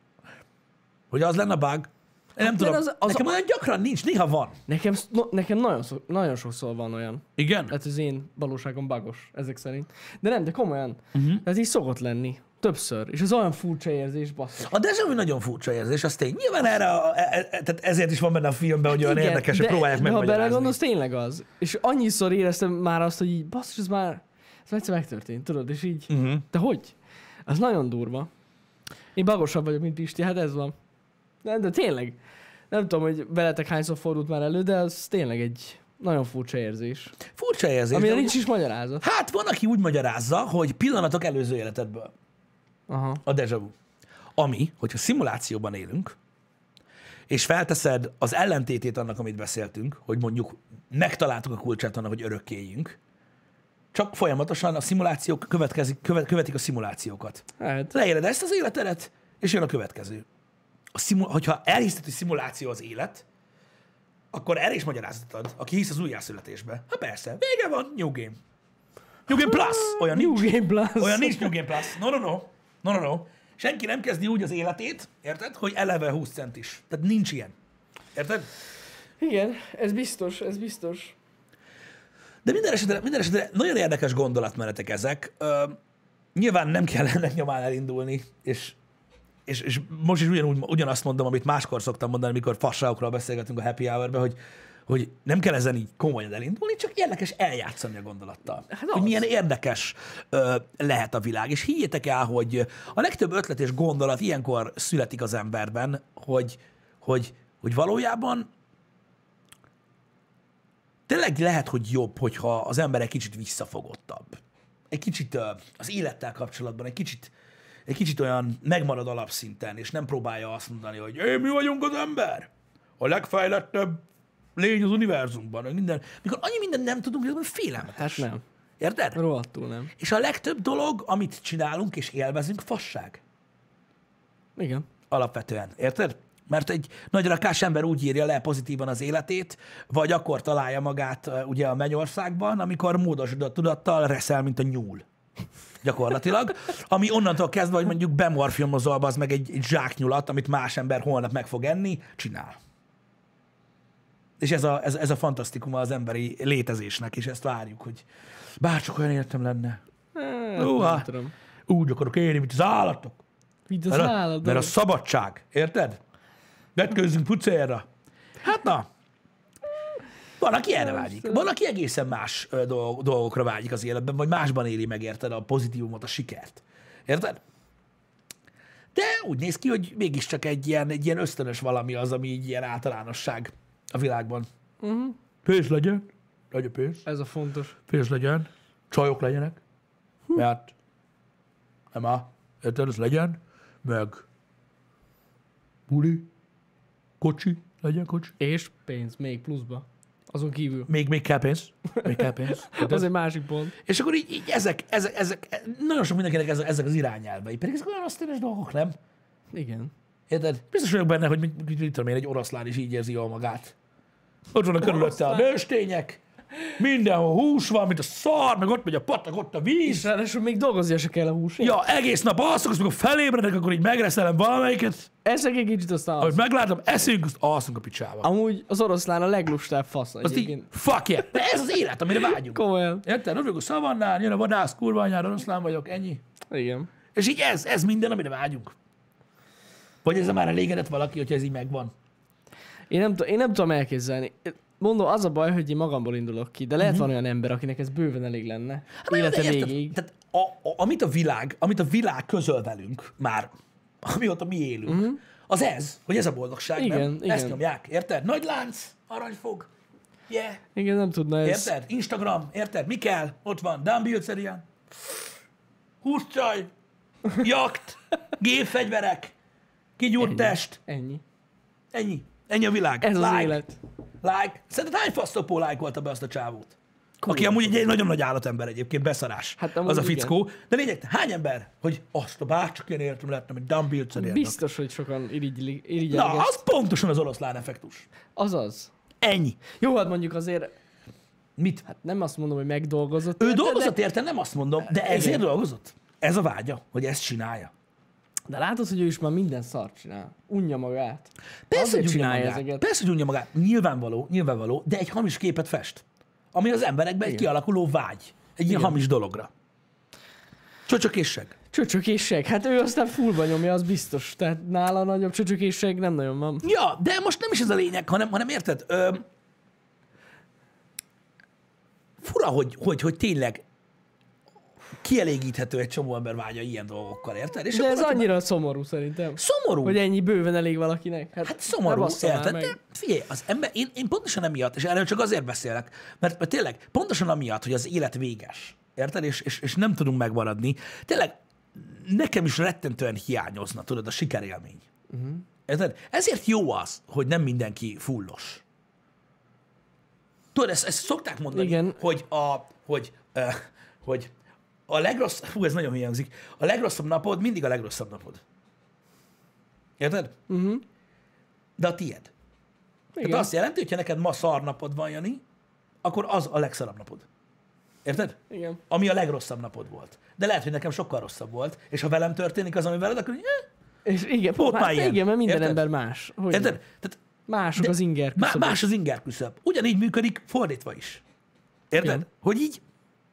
Hogy az lenne a bug? Én nem Hát, tudom. mert az- az Nekem a- olyan gyakran nincs, néha van. Nekem, no, nekem nagyon, szó, nagyon sokszor van olyan. Igen? Hát az én valóságom bugos, ezek szerint. De nem, de komolyan. Mhm. Uh-huh. Ez így szokott lenni. Többször. És ez olyan furcsa érzés, basszus. A déjà vu nagyon furcsa érzés, az tény. Nyilván erre, a, e, e, tehát ezért is van benne a filmben, hogy olyan Igen, érdekes, hogy de, próbálják de ha megmagyarázni. belegondolsz, tényleg az. És annyiszor éreztem már azt, hogy így, basszus, ez már, ez már egyszer megtörtént, tudod? És így, Uh-huh. de hogy? Az nagyon durva. Én bagosabb vagyok, mint Pisti, hát ez van. De, de tényleg. Nem tudom, hogy veletek hányszor fordult már elő, de az tényleg egy nagyon furcsa érzés. Furcsa érzés. Amire de nincs is magyarázat. Hát van, aki úgy magyarázza, hogy pillanatok előző életedből Aha. a déjà vu. Ami, hogyha szimulációban élünk, és felteszed az ellentétét annak, amit beszéltünk, hogy mondjuk megtaláltuk a kulcsát annak, hogy örökké éljünk, csak folyamatosan a szimulációk következik, követ, követik a szimulációkat. Hát, Leéled ezt az életedet, és jön a következő. A szimu, hogyha elhiszed, hogy szimuláció az élet, akkor erre is magyarázatot ad, aki hisz az újjászületésbe. Ha persze, vége van, New Game. New Game Plus, olyan New nincs. Game Plus. Olyan nincs New Game Plus. No, no, no. No, no, no. Senki nem kezdi úgy az életét, érted, hogy eleve húsz centis. Tehát nincs ilyen. Érted? Igen, ez biztos, ez biztos. De minden esetre, minden esetre nagyon érdekes gondolatmenetek ezek. Ö, nyilván nem kell ennek nyomán elindulni, és, és, és most is ugyanúgy, ugyanazt mondom, amit máskor szoktam mondani, amikor fasságokról beszélgetünk a happy hour-be, hogy, hogy nem kell ezen így komolyan elindulni, csak érdekes eljátszani a gondolattal. Hát hogy az. milyen érdekes ö, lehet a világ. És higgyétek el, hogy a legtöbb ötlet és gondolat ilyenkor születik az emberben, hogy, hogy, hogy valójában tényleg lehet, hogy jobb, hogyha az ember egy kicsit visszafogottabb. Egy kicsit ö, az élettel kapcsolatban, egy kicsit, egy kicsit olyan megmarad alapszinten, és nem próbálja azt mondani, hogy én mi vagyunk az ember, a legfejlettebb lény az univerzumban, meg minden. Mikor annyi mindent nem tudunk, hogy ez félelmetes. Hát nem. Érted? Rohadtul nem. És a legtöbb dolog, amit csinálunk és élvezünk, fasság. Igen. Alapvetően. Érted? Mert egy nagy rakás ember úgy írja le pozitívan az életét, vagy akkor találja magát uh, ugye a mennyországban, amikor módosodott tudattal reszel, mint a nyúl. Gyakorlatilag. Ami onnantól kezdve, hogy mondjuk bemorfilmozol az meg egy, egy zsáknyulat, amit más ember holnap meg fog enni, csinál. És ez a, ez, ez a fantasztikuma az emberi létezésnek, és ezt várjuk, hogy bárcsak olyan életem lenne. Hát, Uha. nem tudom. Úgy akarok élni, mint az állatok. Mint az Mert a, állat. mert a szabadság, érted? Vetkőzzünk pucérra. Hát na. Van, aki erre vágyik. Van, aki egészen más ö, dolg, dolgokra vágyik az életben, vagy másban éli meg, érted, a pozitívumot, a sikert. Érted? De úgy néz ki, hogy mégiscsak egy ilyen, egy ilyen ösztönös valami az, ami így ilyen általánosság a világban. Uh-huh. Pénz legyen. Legyen pénz. Ez a fontos. Pénz legyen. Csajok legyenek. Mert nem á, érted, ez legyen. Meg buli. Kocsi. Legyen kocsi. És pénz, még pluszba. Azon kívül. Még, még kell pénz. Még kell pénz. Az egy másik pont. És akkor így, így ezek, ezek, ezek, nagyon sok mindenkinek ezek, ezek az irányelvei. Pedig ezek olyan asztalos dolgok, nem? Igen. Érted? Biztos vagyok benne, hogy mit, mit, mit tudom én, egy oroszlán is így érzi jól magát. Ott vannak körülötte a nőstények, mindenhol hús van, mint a szar, meg ott megy a patak, ott a víz. És ráadásul még dolgoznia se kell a hús. Ja, egész nap alszok, azt amikor felébredek, akkor így megreszelem valamelyiket. Eszek egy kicsit, aztán Ahogy az. meglátom, eszünk, azt alszunk a picsába. Amúgy az oroszlán a leglustább fasz Azt így, egyébként. fuck yeah. De ez az élet, amire vágyunk. Komolyan. Érted? Ott vagyok a szavannán, jön a vadász, kurva anyára, oroszlán vagyok, ennyi. Igen. És így ez, ez minden, amire vágyunk. Vagy ezzel már elégedett valaki, hogyha ez így megvan. Én nem, t- én nem tudom elképzelni. Mondom, az a baj, hogy én magamból indulok ki, de lehet Mhm. van olyan ember, akinek ez bőven elég lenne. Hát, Élete de érted? végéig. Tehát a, a, amit, a világ, amit a világ közöl velünk már, amióta mi élünk, uh-huh. az ez, hogy ez a boldogság, Igen, nem? igen. Ezt nyomják, érted? Nagy lánc, aranyfog, yeah. Igen, nem tudna ez. Érted? Instagram, érted? Mi kell? Ott van, Dan Bilzerian, húsz csaj, jakt, gépfegyverek, kigyúrt Ennyi. test, Ennyi. ennyi. Ennyi a világ. Ez az Like, élet. Like. Szerinted hány fasztopó lájkolta be azt a csávót? Aki amúgy egy, egy nagyon nagy állatember egyébként, beszarás. Hát amúgy az a igen. fickó. De lényeg, hány ember, hogy azt a bárcsak ilyen életem lehetne, hogy Dan Bilzeriannak. Biztos, hogy sokan irigylik. irigyelnek Na, ezt. az pontosan az oroszlán effektus. Azaz. Ennyi. Jó, hát mondjuk azért, Mit? hát nem azt mondom, hogy megdolgozott. Ő érte, dolgozott de, érte, nem azt mondom, de ezért Igen. dolgozott. Ez a vágya, hogy ezt csinálja. de látod, hogy ő is már minden szart csinál. Unja magát. Persze, Azért hogy unja csinálja magát. ezeket. Persze, hogy unja magát. Nyilvánvaló, nyilvánvaló, de egy hamis képet fest. Ami az emberekben egy Igen. kialakuló vágy. Egy ilyen Igen. hamis dologra. Csöcsökésség. Csöcsökésség. Hát ő aztán fullba nyomja, az biztos. Tehát nála nagyobb csöcsökésség nem nagyon van. Ja, de most nem is ez a lényeg, hanem, hanem érted? Ö, fura, hogy, hogy, hogy tényleg kielégíthető egy csomó ember vágya ilyen dolgokkal, érted? És De akkor ez aki- annyira szomorú szerintem. Szomorú. Hogy ennyi bőven elég valakinek. Hát, Hát szomorú, ne basszál érted? meg. De figyelj, az ember, én, én pontosan emiatt, és erről csak azért beszélek, mert, mert tényleg pontosan amiatt, hogy az élet véges, érted? És, és, és nem tudunk megmaradni. Tényleg nekem is rettentően hiányozna, tudod, a sikerélmény. Uh-huh. Érted? Ezért jó az, hogy nem mindenki fullos. Tudod, ezt, ezt szokták mondani, Igen. hogy a, hogy, uh, hogy a legrosszabb, hú, ez nagyon hiányzik, a legrosszabb napod mindig a legrosszabb napod. Érted? Uh-huh. De a tied. Igen. Tehát azt jelenti, hogy ha neked ma szar napod van, Jani, akkor az a legszarabb napod. Érted? Igen. Ami a legrosszabb napod volt. De lehet, hogy nekem sokkal rosszabb volt, és ha velem történik az, ami veled, akkor így, eh, És igen, Volt hát már ilyen. igen, mert minden Érted? ember más. Hogy érted? nem? Tehát Mások De az inger má- küszöbök. más az inger küszöb. Ugyanígy működik fordítva is. Érted? Igen. Hogy így,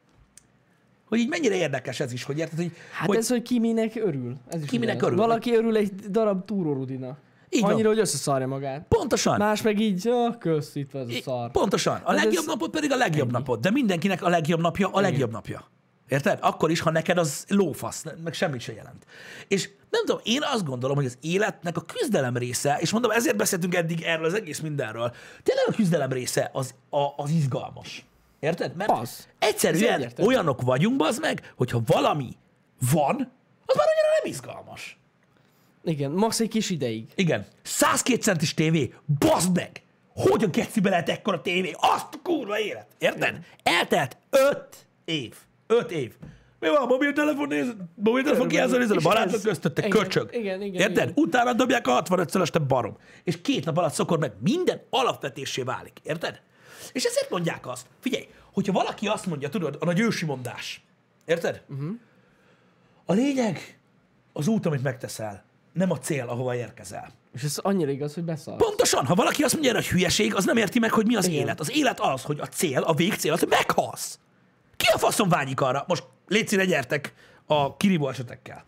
hogy így mennyire érdekes ez is, hogy érted, hogy, Hát hogy ez, hogy ki minek örül. Ez is Ki minek ugyanaz. örül. Valaki örül egy darab túrórudina. Így van. Annyira, hogy összeszarja magát. pontosan. Más meg így, ah, kösz, itt van ez a I- szar. Pontosan. A Ez legjobb ez- napod pedig a legjobb Ennyi. napod. De mindenkinek a legjobb napja a legjobb napja. Érted? Akkor is, ha neked az lófasz, meg semmit se jelent. És nem tudom, én azt gondolom, hogy az életnek a küzdelem része, és mondom, ezért beszéltünk eddig erről az egész mindenről, tényleg a küzdelem része az, a, az izgalmas. Érted? Mert Az. Ez egyszerűen egyértelmű. olyanok vagyunk, bazd meg, hogyha valami van, az már annyira nem izgalmas. Igen, max egy kis ideig. Igen. százkettő centis tévé, bazd meg! Hogy a gecibe lehet ekkora tévé? Azt a kurva élet. Érted? Eltelt öt év. Öt év. Mi van? Mobiltelefon néz, mobiltelefon kijelző nézel, a És barátok ez- között, te igen, köcsög. igen, igen, Érted? igen. Utána dobják a hatvanöt-szörös, te barom. És két nap alatt szokor meg minden alapvetésé válik. Érted? És ezért mondják azt. Figyelj, hogyha valaki azt mondja, tudod, a nagy ősi mondás. Érted? Uh-huh. A lényeg az út, amit megteszel, nem a cél, ahova érkezel. És ez annyira igaz, hogy beszar. Pontosan, ha valaki azt mondja, hogy hülyeség, az nem érti meg, hogy mi az Igen. élet. Az élet az, hogy a cél, a végcél az, hogy meghalsz. Ki a faszom vágyik arra? Most légy színe, gyertek a kirívó esetekkel.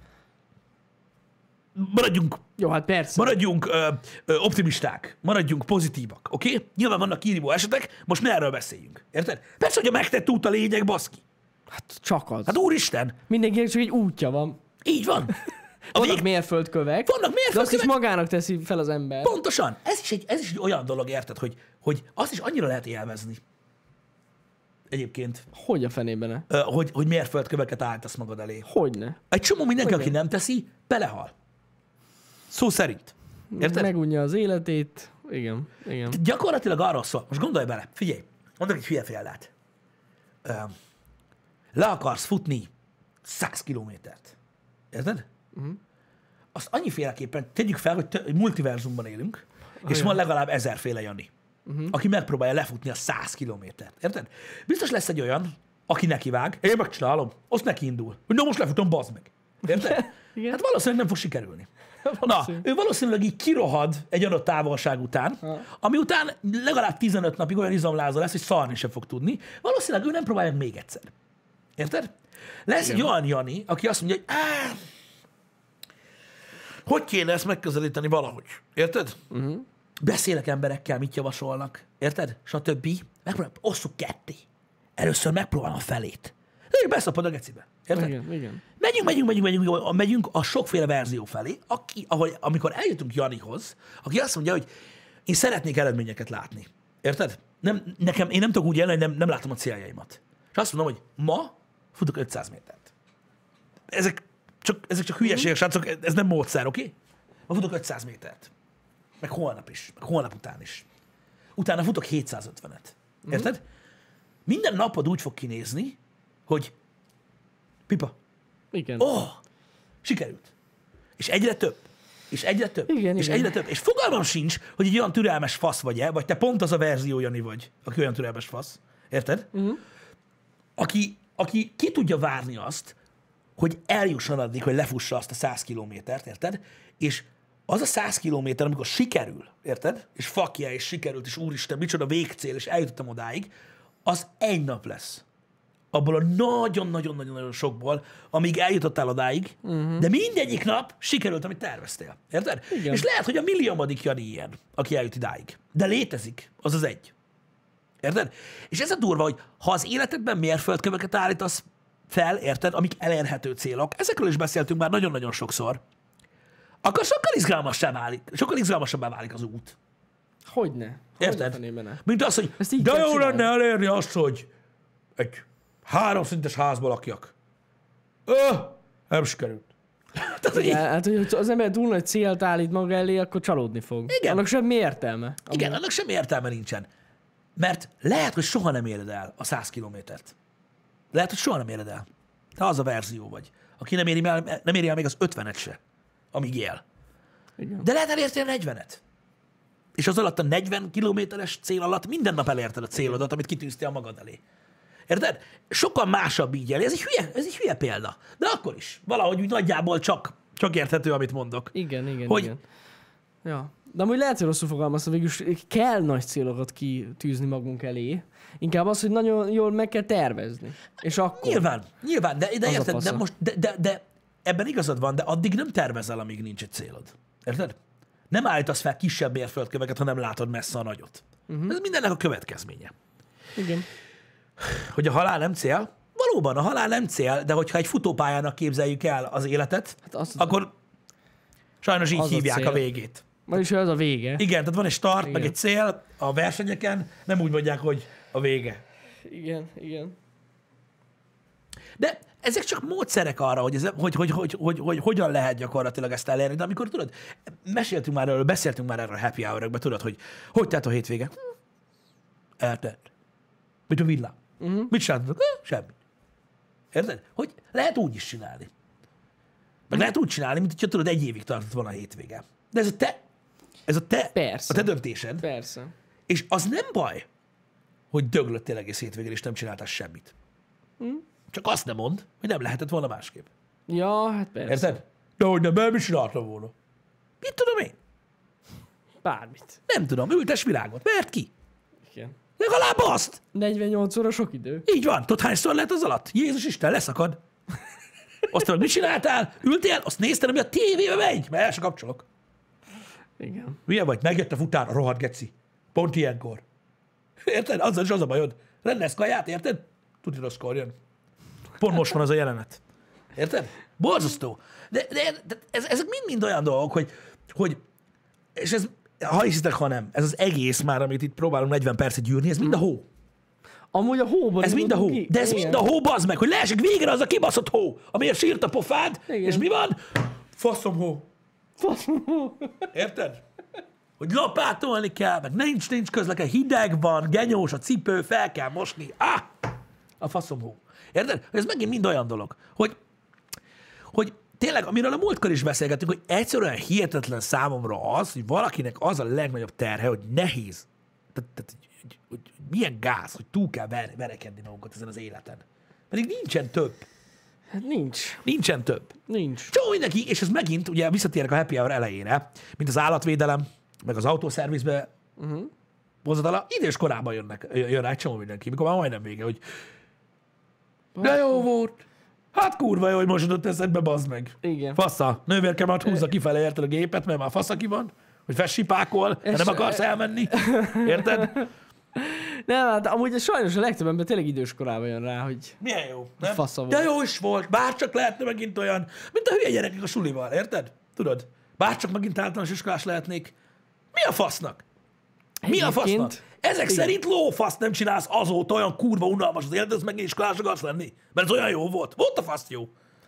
Maradjunk, Jó, hát persze. maradjunk ö, ö, optimisták, maradjunk pozitívak, oké? Okay? Nyilván vannak kirívó esetek, most ne erről beszéljünk. Érted? Persze, hogy a megtett út a lényeg, baszki. Hát csak az. Hát úristen, Mindenkinek csak egy útja van. így van. A Vannak vég... mérföldkövek. Vannak De azt is mérföldkövek. magának teszi fel az ember. Pontosan. Ez is, egy, ez is egy olyan dolog, érted, hogy, hogy azt is annyira lehet élvezni. Egyébként. Hogy a fenében ne? Ö, hogy, hogy mérföldköveket állítasz magad elé. Hogyne? Egy csomó mindenki, Hogyne? aki nem teszi, belehal. Szó szerint. Érted? Megunja az életét, Igen, igen. Gyakorlatilag arról szól, most gondolj bele, figyelj, mondok egy hülye példát. Ö, le akarsz futni száz kilométert. Érted? Uh-huh. Azt annyiféleképpen tegyük fel, hogy, te, hogy multiverzumban élünk, ah, és jaj. Van legalább ezerféle Jani, uh-huh. aki megpróbálja lefutni a száz kilométert. Érted? Biztos lesz egy olyan, aki nekivág, én megcsinálom, azt neki indul. Hogy no, most lefutom, bazd meg. Érted? Hát valószínűleg nem fog sikerülni. Na, ő valószínűleg így kirohad egy adott távolság után, ha. ami után legalább tizenöt napig olyan izomláza lesz, hogy szarni sem fog tudni. Valószínűleg ő nem próbálja még egyszer. Érted? Lesz igen. egy olyan Jani, aki azt mondja, hogy áh, hogy kéne ezt megközelíteni valahogy. Érted? Uh-huh. Beszélek emberekkel, mit javasolnak. Érted? Stb. Megpróbálom, osszuk ketté. Először megpróbálom a felét. Én beszapod a gecibe. Érted? Igen, igen. Megyünk, megyünk, megyünk, megyünk, megyünk a sokféle verzió felé, aki, ahol, amikor eljutunk Janihoz, aki azt mondja, hogy én szeretnék eredményeket látni. Érted? Nem, nekem, én nem tudok úgy élni, hogy nem, nem látom a céljaimat. És azt mondom, hogy ma futok ötszáz métert. Ezek csak, ezek csak hülyeségek, srácok, ez nem módszer, oké? Okay? Ma futok ötszáz métert. Meg holnap is, meg holnap után is. Utána futok hétszázötvenet. Érted? Minden napod úgy fog kinézni, hogy pipa. Igen. Ó, oh, sikerült. És egyre több. És egyre több. Igen, és igen. egyre több. És fogalmam sincs, hogy egy olyan türelmes fasz vagy-e, vagy te pont az a verzió, Jani vagy, aki olyan türelmes fasz. Érted? Uh-huh. Aki, aki ki tudja várni azt, hogy eljusson addig, hogy lefussa azt a száz kilométert, érted? És az a száz kilométer, amikor sikerül, érted? És fakja, és sikerült, és úristen, micsoda végcél, és eljutottam odáig, az egy nap lesz. Abból a nagyon-nagyon-nagyon-nagyon sokból, amíg eljutottál odáig, uh-huh. de mindegyik nap sikerült, amit terveztél. Érted? Igen. És lehet, hogy a milliómadik Jani ilyen, aki eljut idáig. De létezik. Az az egy. Érted? És ez a durva, hogy ha az életedben mérföldköveket állítasz fel, érted, amik elérhető célok, ezekről is beszéltünk már nagyon-nagyon sokszor, akkor sokkal izgalmasabbá válik, sokkal izgalmasabbá válik az út. Hogyne. Érted? Hogyne. Mint az, hogy de jó lenne elérni azt, hogy egy háromszintes házba lakjak. Öh, nem sikerült. Igen, hát, hogy az ember túl nagy célt állít maga elé, akkor csalódni fog. Igen. Annak semmi értelme. Igen, Amúgy. annak semmi értelme nincsen. Mert lehet, hogy soha nem éred el a száz kilométert. Lehet, hogy soha nem éred el. Te az a verzió vagy, aki nem éri el, nem éri el még az ötvenet se, amíg él. Igen. De lehet elértél a negyvenet. És az alatt a negyven kilométeres cél alatt minden nap elérted a célodat, amit kitűztél magad elé. Érted? Sokkal másabb így elé. Ez egy hülye, ez egy hülye példa. De akkor is. Valahogy úgy nagyjából csak, csak érthető, amit mondok. Igen, igen, hogy... igen. Ja. De amúgy lehet, hogy rosszul fogalmaztam, végülis kell nagy célokat kitűzni magunk elé. Inkább az, hogy nagyon jól meg kell tervezni. És akkor... Nyilván, nyilván, de, de érted, de, most, de, de, de ebben igazad van, de addig nem tervezel, amíg nincs egy célod. Érted? Nem állítasz fel kisebb mérföldköveket, ha nem látod messze a nagyot. Uh-huh. Ez mindennek a következménye. Igen. Hogy a halál nem cél? Valóban, a halál nem cél, de hogyha egy futópályának képzeljük el az életet, hát az akkor az sajnos így hívják a, a végét. Vagyis az a vége. Igen, tehát van egy start, igen. meg egy cél a versenyeken, nem úgy mondják, hogy a vége. Igen, igen. De ezek csak módszerek arra, hogy, ez, hogy, hogy, hogy, hogy, hogy hogyan lehet gyakorlatilag ezt elérni. De amikor tudod, meséltünk már erről, beszéltünk már erről a happy hour-ökben, tudod, hogy hogy telt a hétvége? Hm. Eltelt. Mit a villám? Uh-huh. Mit csináltatok? Eh, semmi. Érted? Hogy lehet úgy is csinálni. Meg uh-huh. lehet úgy csinálni, mint hogyha tudod, egy évig tartott volna a hétvége. De ez a te, ez a te, Persze. a te döntésed. Persze. És az nem baj, hogy döglöttél egész hétvégén, és nem csináltál semmit. Uh-huh. Csak azt nem mondd, hogy nem lehetett volna másképp. Ja, hát persze. Érted? De hogy nem, mert mit csináltam volna? Mit tudom én? Bármit. Nem tudom, ültes virágot. Verd ki. Igen. Legalább azt. negyvennyolc óra sok idő. Így van. Tudod, hányszor lehet az alatt? Jézus Isten, leszakad. Azt tudod, mit csináltál? Ültél, azt nézted, ami a tévébe megy, mert el se kapcsolok. Igen. Milyen vagy? Megjött a futár, a rohadt geci. Pont ilyenkor. Érted? Azzal is az a bajod. Rendelsz kaját, érted? Tudod, rosszkor jön. Pont most van az a jelenet. Érted? Borzasztó. De, de, de ez, ezek mind-mind olyan dolgok, hogy, hogy és ez, ha hiszitek, ha nem, ez az egész már, amit itt próbálunk negyven percet gyűrni, ez mind a hó. Amúgy a hóban... Ez mind a hó. Ki? De ez igen. mind a hó, bazd meg, hogy leesik végre az a kibaszott hó, amiért sírt a pofád, igen. és mi van? Faszom hó. Faszom hó. Érted? hogy lapátolni kell, meg nincs, nincs közleke, hideg van, genyós a cipő, fel kell mosni. Ah! A faszom hó. Érted? Ez megint mind olyan dolog, hogy, hogy tényleg, amiről a múltkor is beszélgettünk, hogy egyszerűen hihetetlen számomra az, hogy valakinek az a legnagyobb terhe, hogy nehéz. Tehát, tehát hogy, hogy, hogy milyen gáz, hogy túl kell ver, verekedni magunkat ezen az életen. Pedig nincsen több. Hát nincs. Nincsen több. Nincs. Csomó mindenki, és ez megint, ugye visszatérek a happy hour elejére, mint az állatvédelem, meg az autószervizbe uh-huh. hozatala, idős korában jönnek, jön rá egy csomó mindenki, mikor már majdnem vége, hogy de jó volt. Hát kurva jó, hogy mosodott eszedbe, bazd meg. Igen. Fasza. Nővérkemet húzza kifelé, érted a gépet, mert már fasza ki van, hogy fessipákol, de nem akarsz elmenni. Érted? Nem, hát amúgy sajnos a legtöbb ember tényleg idős korában jön rá, hogy milyen jó, nem? Fasza volt. De jó is volt, bárcsak lehetne megint olyan, mint a hülye gyerekek a sulival, érted? Tudod? Bárcsak megint általános iskolás lehetnék. Mi a fasznak? Mi a fasznak? Ezek igen. szerint lófasz nem csinálsz azóta, olyan kurva unalmas az élet, ez megint iskolás akarsz lenni. Mert ez olyan jó volt. Volt a fasz jó.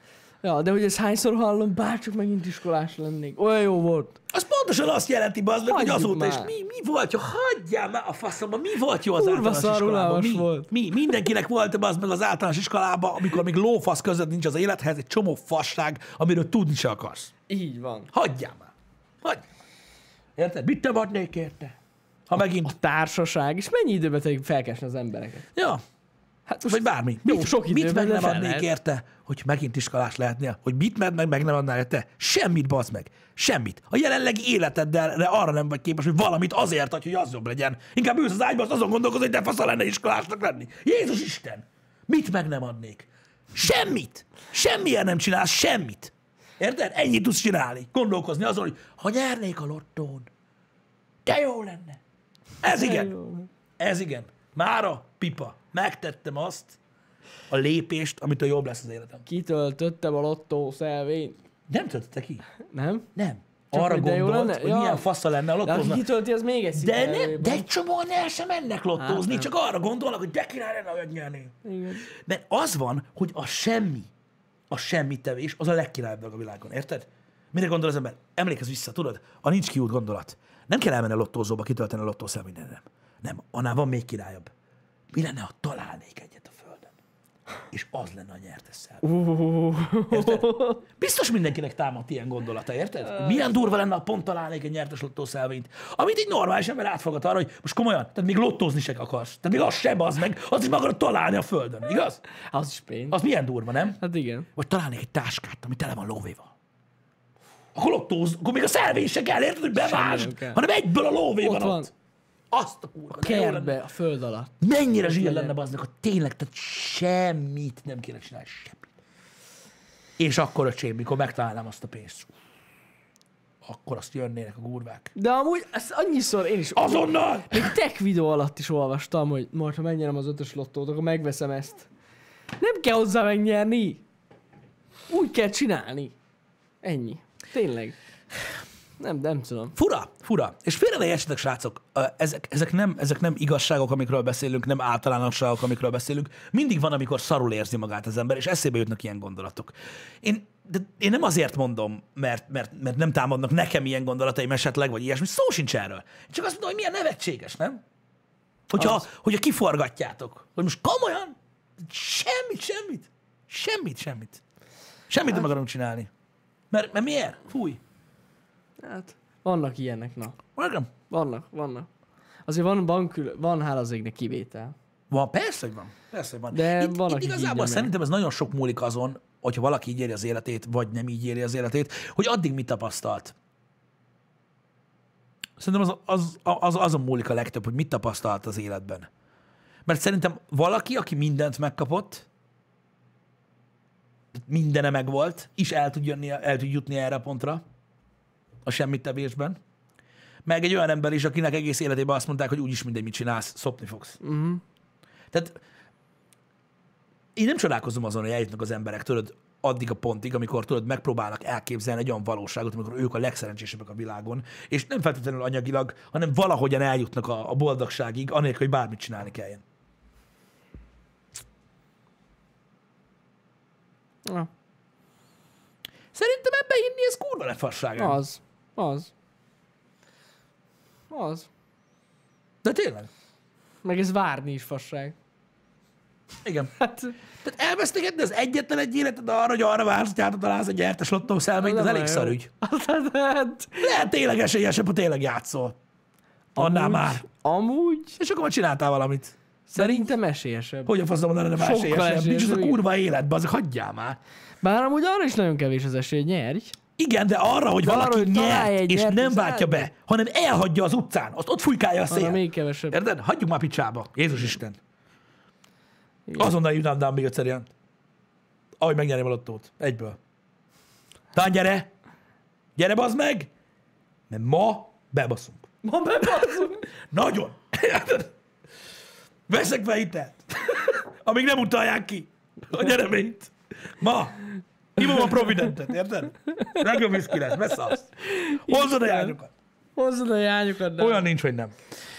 Ja, de hogy ezt hányszor hallom, bárcsak megint iskolás lennék. Olyan jó volt. Az pontosan azt jelenti, bazd meg, hogy azóta már. is mi, mi volt jó? Hagyjál már a faszomba, mi volt jó az Kurva általános iskolában? Mi, volt. mi? Mindenkinek volt bazd meg az általános iskolában, amikor még lófasz között nincs az élethez, egy csomó fasság, amiről tudni se akarsz. Így van. Hagyjál már. Hagyjál már. Érted? Mit nem adnék érte? Ha megint... A társaság, és mennyi időbe telik felkeresni az embereket? Ja. Hát most, vagy bármi. Jó, mit, sok mit meg nem adnék lehet. érte, hogy megint iskolás lehetnél? Hogy mit meg, meg, meg nem adnál érte? Semmit, bazd meg. Semmit. A jelenlegi életeddel arra nem vagy képes, hogy valamit azért adj, hogy az jobb legyen. Inkább ülsz az ágyba, azt azon gondolkozol, hogy de fasza lenne iskolásnak lenni. Jézus Isten! Mit meg nem adnék? Semmit. Semmilyen nem csinálsz, semmit. Érted? Ennyit tudsz csinálni. Gondolkozni azon, hogy ha nyernék a lottón, de jó lenne. Ez igen. Ez igen. Mára pipa. Megtettem azt a lépést, amitől jobb lesz az életem. Kitöltöttem a lottó szelvényt. Nem töltötte ki? Nem? Nem. Csak Arra hogy de jó gondolt, lenne? hogy Ja. milyen fasza lenne a De aki lottóznak. kitölti, az még egy De, szinten nem, előrébb de van. egy csomóan el sem mennek lottózni, Hát csak arra gondolnak, hogy de király lenne olyat nyerni. Igen. Mert az van, hogy a semmi, a semmi tevés, az a legkirályabb dolog a világon, érted? Mire gondol az ember? Emlékezz vissza, tudod? A nincs kiút gondolat. Nem kell elmenni a lottózóba, kitölteni a lottószelvényt, nem, nem. Nem, annál van még királyabb. Mi lenne, ha találnék egyet a földön? És az lenne a nyertes szelvény. Uh, Érted? Biztos mindenkinek támadt ilyen gondolata, érted? Milyen durva lenne, ha pont találnék egy nyertes lottószelvényt, amit egy normális ember átfogad arra, hogy most komolyan, tehát még lottózni se akarsz. Tehát még az sem az meg, az is meg akarod találni a földön, igaz? az is pénz. Az milyen durva, nem? Hát igen. Vagy találnék egy táskát, ami tele van lóvéval. Akkor lottóz, akkor még a szelvény se kell, érted, hogy bemásd, kell. hanem egyből a lóvé Ott van van. ott. Azt a kurva, de jó lenne. Kertbe, a föld alatt. Mennyire zsír legyen. lenne bazd meg, hogy tényleg, tehát semmit nem kéne csinálni, semmit. És akkor, öcsém, mikor megtalálnám azt a pénzt, akkor azt jönnének a gurvák. De amúgy ezt annyiszor én is... Azonnal! Még tech videó alatt is olvastam, hogy majd, ha megnyerem az ötös lottót, akkor megveszem ezt. Nem kell hozzá megnyerni. Úgy kell csinálni. Ennyi. Tényleg. Nem, nem tudom. Fura, fura. És félre ne értsetek, srácok, ö, ezek, ezek, nem, ezek nem igazságok, amikről beszélünk, nem általánosságok, amikről beszélünk. Mindig van, amikor szarul érzi magát az ember, és eszébe jutnak ilyen gondolatok. Én, de én nem azért mondom, mert, mert, mert nem támadnak nekem ilyen gondolataim esetleg, vagy ilyesmi. Szó sincs erről. Én csak azt mondom, hogy milyen nevetséges, nem? Hogyha, hogyha kiforgatjátok, hogy most komolyan, semmit, semmit, semmit, semmit. Semmit nem akarunk csinálni. Mert, mert miért? Fúj. Hát, vannak ilyenek, na. Welcome. Vannak, vannak. Azért van, van, kül- van hála az égnek kivétel. Van, persze, hogy van. Persze, hogy van. De itt, van, itt akik így igazából nyomják. szerintem ez nagyon sok múlik azon, hogyha valaki így éli az életét, vagy nem így éli az életét, hogy addig mit tapasztalt. Szerintem az, az, az, azon múlik a legtöbb, hogy mit tapasztalt az életben. Mert szerintem valaki, aki mindent megkapott, mindene megvolt, is el tud, jönni, el tud jutni erre a pontra, a semmit tevésben. Meg egy olyan ember is, akinek egész életében azt mondták, hogy úgyis mindegy, mit csinálsz, szopni fogsz. Uh-huh. Tehát én nem csodálkozom azon, hogy eljutnak az emberek, tudod, addig a pontig, amikor tudod, megpróbálnak elképzelni egy olyan valóságot, amikor ők a legszerencsésebbek a világon, és nem feltétlenül anyagilag, hanem valahogyan eljutnak a, a boldogságig, anélkül, hogy bármit csinálni kelljen. Ja. Szerintem ebben hinni, ez kurva lefasság. Az. Az. Az. De tényleg. Meg ez várni is fasság. Igen. Hát, Tehát elvesztegetni az egyetlen egy életed arra, hogy arra vársz, hogy átatalálsz egy gyertes lottószelményt, az nem elég olyan szar jó. ügy. Hát, hát, Lehet tényleg esélyesebb, ha tényleg játszol. Annál amúgy, már. Amúgy És akkor már csináltál valamit. szerintem esélyesebb. Hogy a faszom lenne már Sokkal esélyesebb? Nincs az a esélyesebb, kurva életben, azok hagyjál már. Bár amúgy arra is nagyon kevés az esély, hogy nyerj. Igen, de arra, hogy De arra, valaki hogy találj nyert, egy és nyert, nem az váltja be, elmegy. hanem elhagyja az utcán, azt ott fújkálja a Arra szél. még kevesebb. Érted? Hagyjuk már picsába. Jézus Isten. Igen. Azonnal hívnám Dán még egyszerűen. Ahogy megnyerném a lottót. Egyből. Dán, gyere! Gyere, bazd meg! Mert ma bebaszunk. Ma bebaszunk. Nagyon. Veszek fel hitelt. Amíg nem utalják ki a nyereményt. Ma. Hívom a Providentet, érted? Legjobb viszki lesz, beszarsz. Hozzad a jányokat. Hozzad a jányokat, de... Olyan nincs, hogy nem.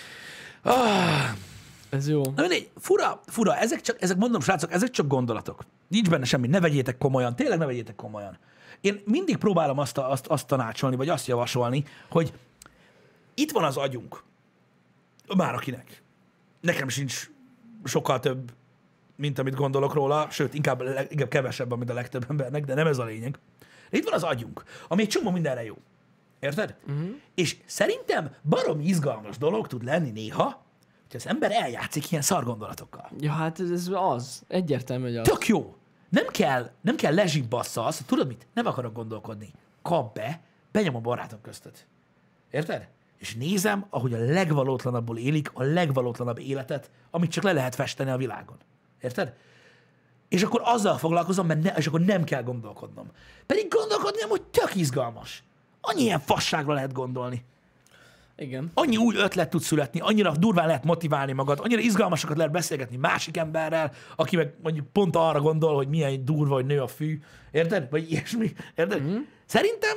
Ah, Ez jó. na mindegy, fura, fura, ezek csak, ezek mondom, srácok, ezek csak gondolatok. Nincs benne semmi, ne vegyétek komolyan, tényleg ne vegyétek komolyan. Én mindig próbálom azt, a, azt, azt tanácsolni, vagy azt javasolni, hogy itt van az agyunk. Már akinek. Nekem sincs sokkal több, mint amit gondolok róla, sőt, inkább, inkább kevesebb, mint a legtöbb embernek, de nem ez a lényeg. De itt van az agyunk, ami egy csomó mindenre jó. Érted? Uh-huh. És szerintem baromi izgalmas dolog tud lenni néha, hogy az ember eljátszik ilyen szargondolatokkal. Ja, hát ez, ez az. Egyértelmű, hogy az. Tök jó. Nem kell, nem kell lezsibbassza azt, hogy tudod mit? Nem akarok gondolkodni. Kap be, benyom a barátom köztet. Érted? És nézem, ahogy a legvalótlanabbul élik a legvalótlanabb életet, amit csak le lehet festeni a világon. Érted? És akkor azzal foglalkozom, mert ne, és akkor nem kell gondolkodnom. Pedig gondolkodni amúgy tök izgalmas. Annyi ilyen fasságra lehet gondolni. Igen. Annyi új ötlet tud születni, annyira durván lehet motiválni magad, annyira izgalmasokat lehet beszélgetni másik emberrel, aki meg mondjuk pont arra gondol, hogy milyen durva, hogy nő a fű. Érted? Vagy ilyesmi. Érted? Mm. Szerintem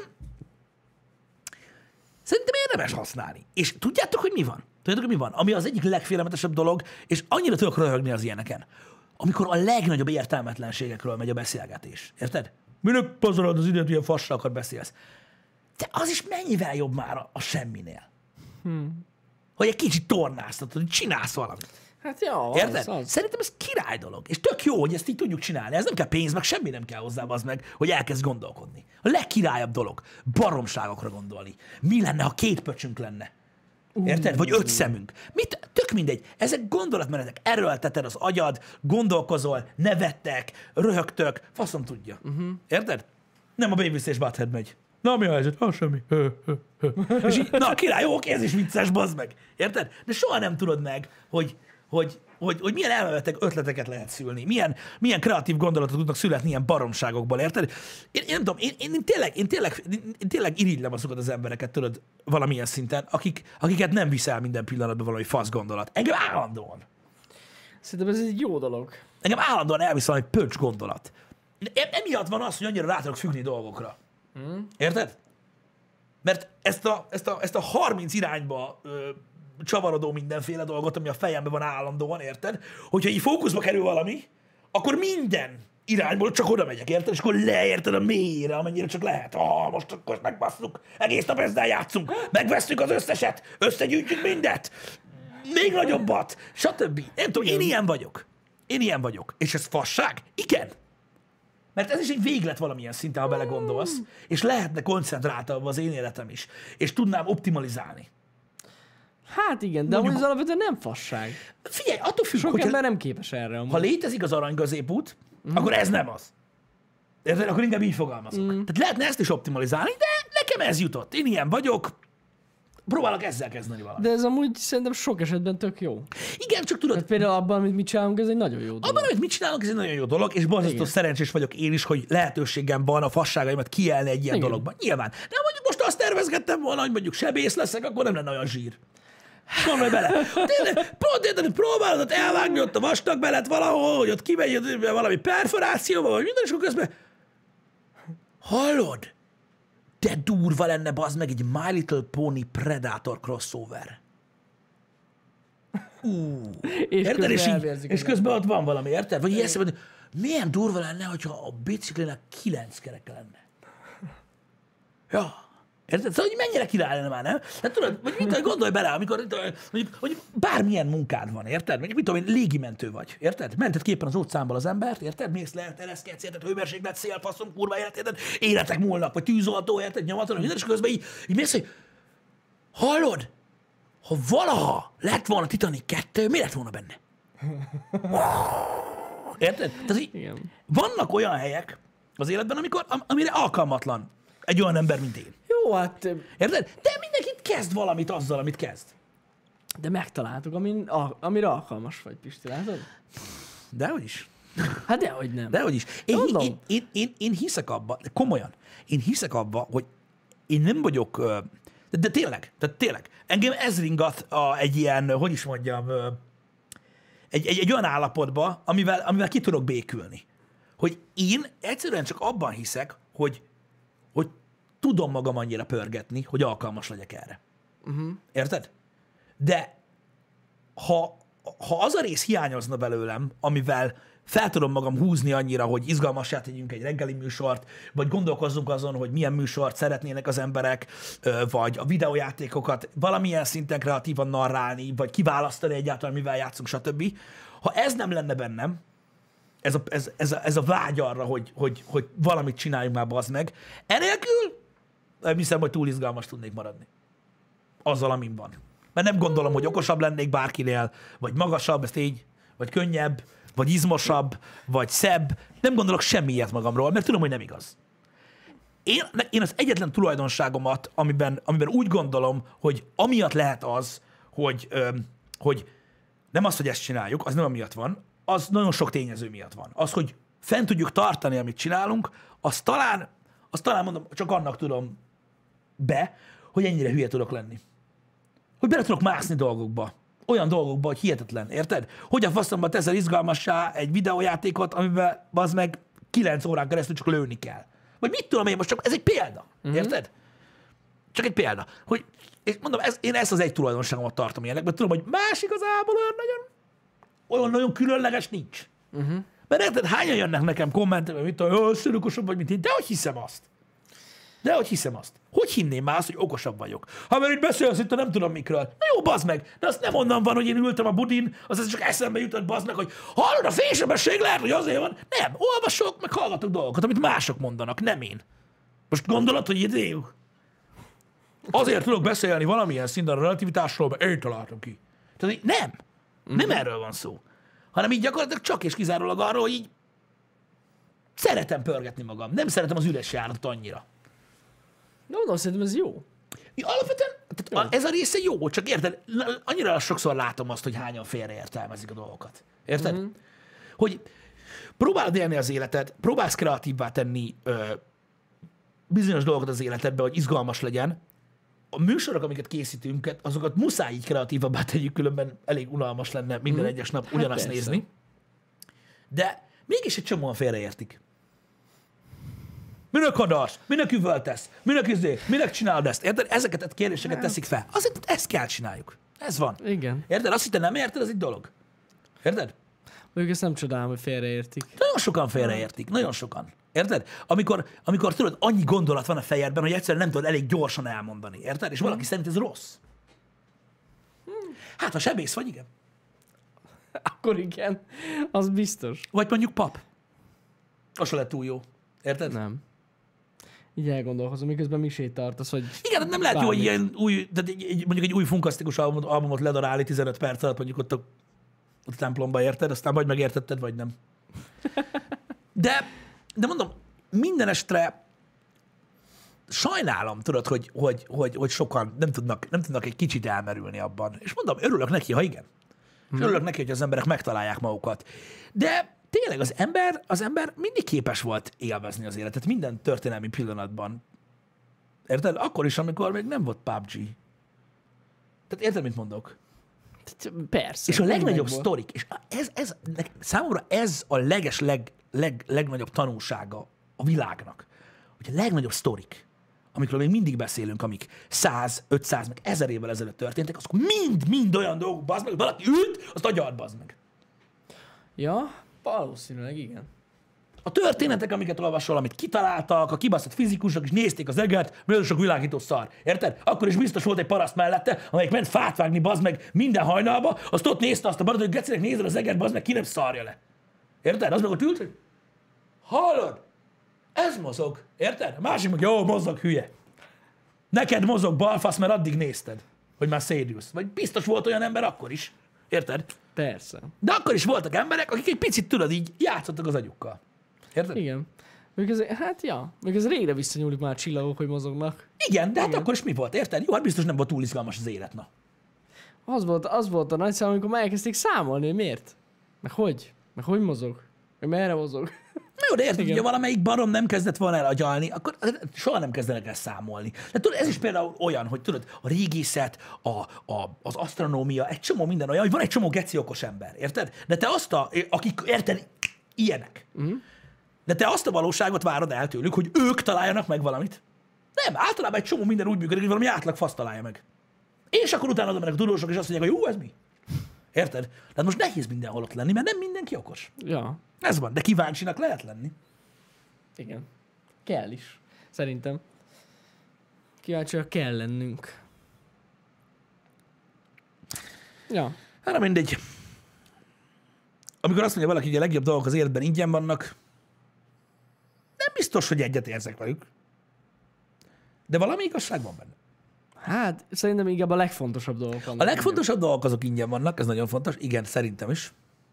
Szerintem érdemes használni. És tudjátok, hogy mi van? Tudjátok, hogy mi van? Ami az egyik legfélelmetesebb dolog, és annyira tudok röhögni az ilyeneken. Amikor a legnagyobb értelmetlenségekről megy a beszélgetés. Érted? Minek pazarod az időt, ilyen fasságokat beszélsz? De az is mennyivel jobb már a, a semminél. Hmm. Hogy egy kicsit tornáztatod, hogy csinálsz valamit. Hát jó, Érted? az, az. Szerintem ez király dolog. És tök jó, hogy ezt így tudjuk csinálni. Ez nem kell pénz, meg semmi nem kell hozzá, az meg, hogy elkezd gondolkodni. A legkirályabb dolog. Baromságokra gondolni. Mi lenne, ha két pöcsünk lenne? Érted? Vagy öt szemünk. Mit? Tök mindegy. Ezek gondolatmenetek. Erőlteted az agyad, gondolkozol, nevettek, röhögtök, faszom tudja. Uh-huh. Érted? Nem a Beavis és Butthead megy. Na, mi a helyzet? Ah, semmi. Hö, hö, hö. És így, na, király, jó, oké, ez is vicces, bazd meg. Érted? De soha nem tudod meg, hogy, hogy, hogy, hogy milyen elmevetek ötleteket lehet szülni, milyen, milyen kreatív gondolatok tudnak születni ilyen baromságokból, érted? Én, én nem tudom, én, én, én, tényleg, én, tényleg, én tényleg irigylem azokat az embereket, tudod, valamilyen szinten, akik, akiket nem viszel minden pillanatban valami fasz gondolat. Engem állandóan. Szerintem ez egy jó dolog. Engem állandóan elvisz valami pöcs gondolat. E- emiatt van az, hogy annyira rá tudok függni dolgokra. Hmm. Érted? Mert ezt a, ezt a, ezt a harminc irányba ö, csavarodó mindenféle dolgot, ami a fejemben van állandóan, érted? Hogyha így fókuszba kerül valami, akkor minden irányból csak oda megyek, érted? És akkor leérted a mélyére, amennyire csak lehet. Ah, most akkor megbasszuk, egész nap ezzel játszunk, megveszünk az összeset, összegyűjtjük mindet, még nagyobbat, stb. Nem tudom, én ilyen vagyok. Én ilyen vagyok. És ez fasság? Igen. Mert ez is egy véglet valamilyen szinten, ha belegondolsz, és lehetne koncentráltabb az én életem is, és tudnám optimalizálni. Hát igen, de amúgy az alapvetően nem fasság. Figyelj, attól függ, Sok hogy ember nem képes erre. Amúgy. ha létezik az aranyközépút, mm. akkor ez nem az. Érted? Akkor inkább így fogalmazok. Mm. Tehát lehetne ezt is optimalizálni, de nekem ez jutott. Én ilyen vagyok, próbálok ezzel kezdeni valamit. De ez amúgy szerintem sok esetben tök jó. Igen, csak tudod, Tehát például abban, amit mi csinálunk, ez egy nagyon jó dolog. abban, amit mit csinálunk, ez egy nagyon jó dolog, és borzasztó szerencsés vagyok én is, hogy lehetőségem van a fasságaimat kielni egy ilyen Igen. dologban. Nyilván. De mondjuk most azt tervezgettem volna, hogy mondjuk sebész leszek, akkor nem lenne olyan zsír. Gondolj bele. Tényleg, pont próbálod ott elvágni ott a vastag belet valahol, hogy ott kimegy valami perforációba, vagy minden, és akkor közben hallod? De durva lenne, bazd meg, egy My Little Pony Predator crossover. Uh. És Érted? közben És, így, elvérzik és az közben ott van valami, érted? Vagy így eszembe, hogy milyen durva lenne, hogyha a biciklinek kilenc kereke lenne. Ja. Érted? Szóval, hogy mennyire király lenne már, nem? Tehát tudod, vagy mit gondolj bele, amikor mondjuk, hogy bármilyen munkád van, érted? Mondjuk, mit tudom én, légimentő vagy, érted? Mented képen az utcámból az embert, érted? Mész le, tereszkedsz, érted? Hőmérséklet, szél, faszom, kurva élet, érted? Életek múlnak, vagy tűzoltó, érted? Nyomatlan, minden, és közben így, így mész, hogy hallod? Ha valaha lett volna Titanic kettő, mi lett volna benne? Érted? Tehát, így, Igen. vannak olyan helyek az életben, amikor, am- amire alkalmatlan egy olyan ember, mint én. Jó, hát, Érted? De mindenki kezd valamit azzal, amit kezd. de megtaláltuk, amin, a, amire alkalmas vagy, Pisti, látod? Dehogy is. Hát dehogy nem. Dehogy is. Én, Mondom. én, én, én, én hiszek abba, de komolyan, én hiszek abba, hogy én nem vagyok, ö, de, de tényleg, tehát tényleg, engem ez ringat a, egy ilyen, hogy is mondjam, ö, egy, egy, egy olyan állapotba, amivel, amivel ki tudok békülni. Hogy én egyszerűen csak abban hiszek, hogy, hogy tudom magam annyira pörgetni, hogy alkalmas legyek erre. Uh-huh. Érted? De ha, ha az a rész hiányozna belőlem, amivel fel tudom magam húzni annyira, hogy izgalmassá tegyünk egy reggeli műsort, vagy gondolkozzunk azon, hogy milyen műsort szeretnének az emberek, ö, vagy a videójátékokat valamilyen szinten kreatívan narrálni, vagy kiválasztani egyáltalán, mivel játszunk, stb. Ha ez nem lenne bennem, ez a, ez, ez a, ez a vágy arra, hogy, hogy, hogy valamit csináljunk már, bazd meg, enélkül nem hiszem, hogy túl izgalmas tudnék maradni. Azzal, amin van. Mert nem gondolom, hogy okosabb lennék bárkinél, vagy magasabb, ezt így, vagy könnyebb, vagy izmosabb, vagy szebb. Nem gondolok semmi ilyet magamról, mert tudom, hogy nem igaz. Én, én az egyetlen tulajdonságomat, amiben, amiben úgy gondolom, hogy amiatt lehet az, hogy, öm, hogy nem az, hogy ezt csináljuk, az nem amiatt van, az nagyon sok tényező miatt van. Az, hogy fent tudjuk tartani, amit csinálunk, az talán, az talán mondom, csak annak tudom be, hogy ennyire hülye tudok lenni. Hogy bele tudok mászni dolgokba. Olyan dolgokba, hogy hihetetlen, érted? Hogy a faszomba teszel izgalmassá egy videójátékot, amiben az meg kilenc órán keresztül csak lőni kell. Vagy mit tudom én, most csak ez egy példa, mm-hmm. érted? Csak egy példa. Hogy, és mondom, ez, én ezt az egy tulajdonságomat tartom ilyenekben, tudom, hogy más igazából olyan nagyon, olyan nagyon különleges nincs. Uh-huh. Mert érted, hányan jönnek nekem kommentekben, mit tudom, hogy szörökosabb vagy, mint én, de hogy hiszem azt? De hogy hiszem azt? Hogy hinném már azt, hogy okosabb vagyok? Ha mert itt beszélsz itt, nem tudom mikről. Na jó, bazd meg, de azt nem onnan van, hogy én ültem a budin, az ez csak eszembe jutott, bazd meg, hogy hallod, a fénysebesség lehet, hogy azért van. Nem, olvasok, meg hallgatok dolgokat, amit mások mondanak, nem én. Most gondolod, hogy idő? Azért tudok beszélni valamilyen szinten a relativitásról, mert én találtam ki. Tehát így nem. Nem mm-hmm. erről van szó. Hanem így gyakorlatilag csak és kizárólag arról, hogy így szeretem pörgetni magam. Nem szeretem az üres járatot annyira. No, no, szerintem ez jó. Ja, alapvetően tehát ez a része jó, csak érted, annyira sokszor látom azt, hogy hányan félreértelmezik a dolgokat. Érted? Mm-hmm. Hogy próbálod élni az életed, próbálsz kreatívvá tenni ö, bizonyos dolgokat az életedbe, hogy izgalmas legyen. A műsorok, amiket készítünk, azokat muszáj így kreatívabbá tegyük, különben elég unalmas lenne minden mm. egyes nap ugyanazt hát nézni. De mégis egy csomóan félreértik. Minek hadarsz? Minek üvöltesz? Minek izé? Minek csinálod ezt? Érted? Ezeket a kérdéseket teszik fel. Azért ezt kell csináljuk. Ez van. Igen. Érted? Azt, hogy te nem érted, az egy dolog. Érted? Mondjuk ezt nem csodálom, hogy félreértik. Nagyon sokan félreértik. Nagyon sokan. Érted? Amikor, amikor tudod, annyi gondolat van a fejedben, hogy egyszerűen nem tudod elég gyorsan elmondani. Érted? És valaki hmm. szerint ez rossz. Hát, ha sebész vagy, igen. Akkor igen. Az biztos. Vagy mondjuk pap. Az se lett túl jó. Érted? Nem. Így elgondolkozom, miközben misét tartasz, hogy... Igen, nem lehet jó, hogy ilyen új, de mondjuk egy új funkasztikus albumot, albumot ledarálni tizenöt perc alatt, mondjuk ott a, ott a templomba, érted? Aztán vagy megértetted, vagy nem. De, de mondom, minden estre sajnálom, tudod, hogy, hogy, hogy, hogy sokan nem tudnak, nem tudnak egy kicsit elmerülni abban. És mondom, örülök neki, ha igen. És örülök neki, hogy az emberek megtalálják magukat. De tényleg az ember, az ember mindig képes volt élvezni az életet, minden történelmi pillanatban. Érted? Akkor is, amikor még nem volt pé u bé gé. Tehát érted, mit mondok? Persze. És a legnagyobb sztorik, és ez, ez, számomra ez a leges, leg, leg, legnagyobb tanulsága a világnak, hogy a legnagyobb sztorik, amikről még mindig beszélünk, amik száz, ötszáz, meg ezer évvel ezelőtt történtek, azok mind-mind olyan dolgok, bazd meg, hogy valaki ült, azt agyad, bazd meg. Ja, valószínűleg igen. A történetek, amiket olvasol, amit kitaláltak, a kibaszott fizikusok is nézték az egeret, mert sok világító szar. Érted? Akkor is biztos volt egy paraszt mellette, amelyik ment fát vágni, bazd meg minden hajnalba, azt ott nézte azt a barat, hogy gecinek nézed az egeret, bazd meg, ki nem szarja le. Érted? Az meg ott ült, hogy hallod? Ez mozog. Érted? A másik meg, jó, mozog, hülye. Neked mozog, balfasz, mert addig nézted, hogy már szédülsz. Vagy biztos volt olyan ember akkor is. Érted? Persze. De akkor is voltak emberek, akik egy picit, tudod, így játszottak az agyukkal. Érted? Igen. Még ez, hát ja, még ez régre visszanyúlik már a csillagok, hogy mozognak. Igen, de hát Igen. akkor is mi volt, érted? Jó, hát biztos nem volt túl izgalmas az élet, na. Az volt, az volt a nagy szám, amikor már elkezdték számolni, hogy miért? Meg hogy? Meg hogy mozog? Meg merre mozog? Na jó, de érted, hogy valamelyik barom nem kezdett volna el agyalni, akkor soha nem kezdenek el számolni. De tudod, ez is például olyan, hogy tudod, a régészet, a, a, az asztronómia, egy csomó minden olyan, hogy van egy csomó geci okos ember, érted? De te azt a, akik, érted, ilyenek. Uh-huh. De te azt a valóságot várod el tőlük, hogy ők találjanak meg valamit. Nem, általában egy csomó minden úgy működik, hogy valami átlag fasz találja meg. És akkor utána oda mennek a tudósok, és azt mondják, hogy jó, ez mi? Érted? Tehát most nehéz mindenhol ott lenni, mert nem mindenki okos. Ja. Ez van, de kíváncsinak lehet lenni. Igen. Kell is. Szerintem. Kíváncsiak kell lennünk. Ja. Hát mindegy. Amikor azt mondja valaki, hogy a legjobb dolgok az életben ingyen vannak, nem biztos, hogy egyet érzek velük. De valami igazság van benne. Hát, szerintem inkább a legfontosabb dolgok vannak. A legfontosabb dolgok azok ingyen vannak, ez nagyon fontos. Igen, szerintem is.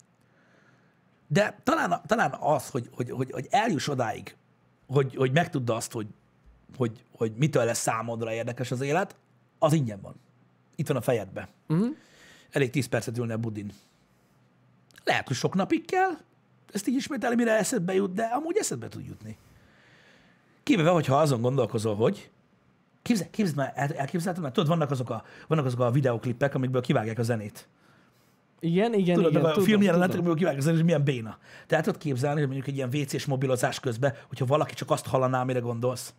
De talán, talán az, hogy, hogy, hogy, hogy eljuss odáig, hogy, hogy megtudd azt, hogy, hogy, hogy mitől lesz számodra érdekes az élet, az ingyen van. Itt van a fejedben. Uh-huh. Elég tíz percet ülni a budin. Lehet, hogy sok napig kell, ezt így ismételni, mire eszedbe jut, de amúgy eszedbe tud jutni. Kivéve, hogyha azon gondolkozol, hogy Képzeld, képzeld már, el, elképzeltem, mert tudod, vannak azok, a, vannak azok a videoklippek, amikből kivágják a zenét. Igen, igen, tudod, igen. A filmjelenetek, amikből kivágják a zenét, és milyen béna. Tehát tudod képzelni, hogy mondjuk egy ilyen vécés mobilozás közben, hogyha valaki csak azt hallaná, mire gondolsz.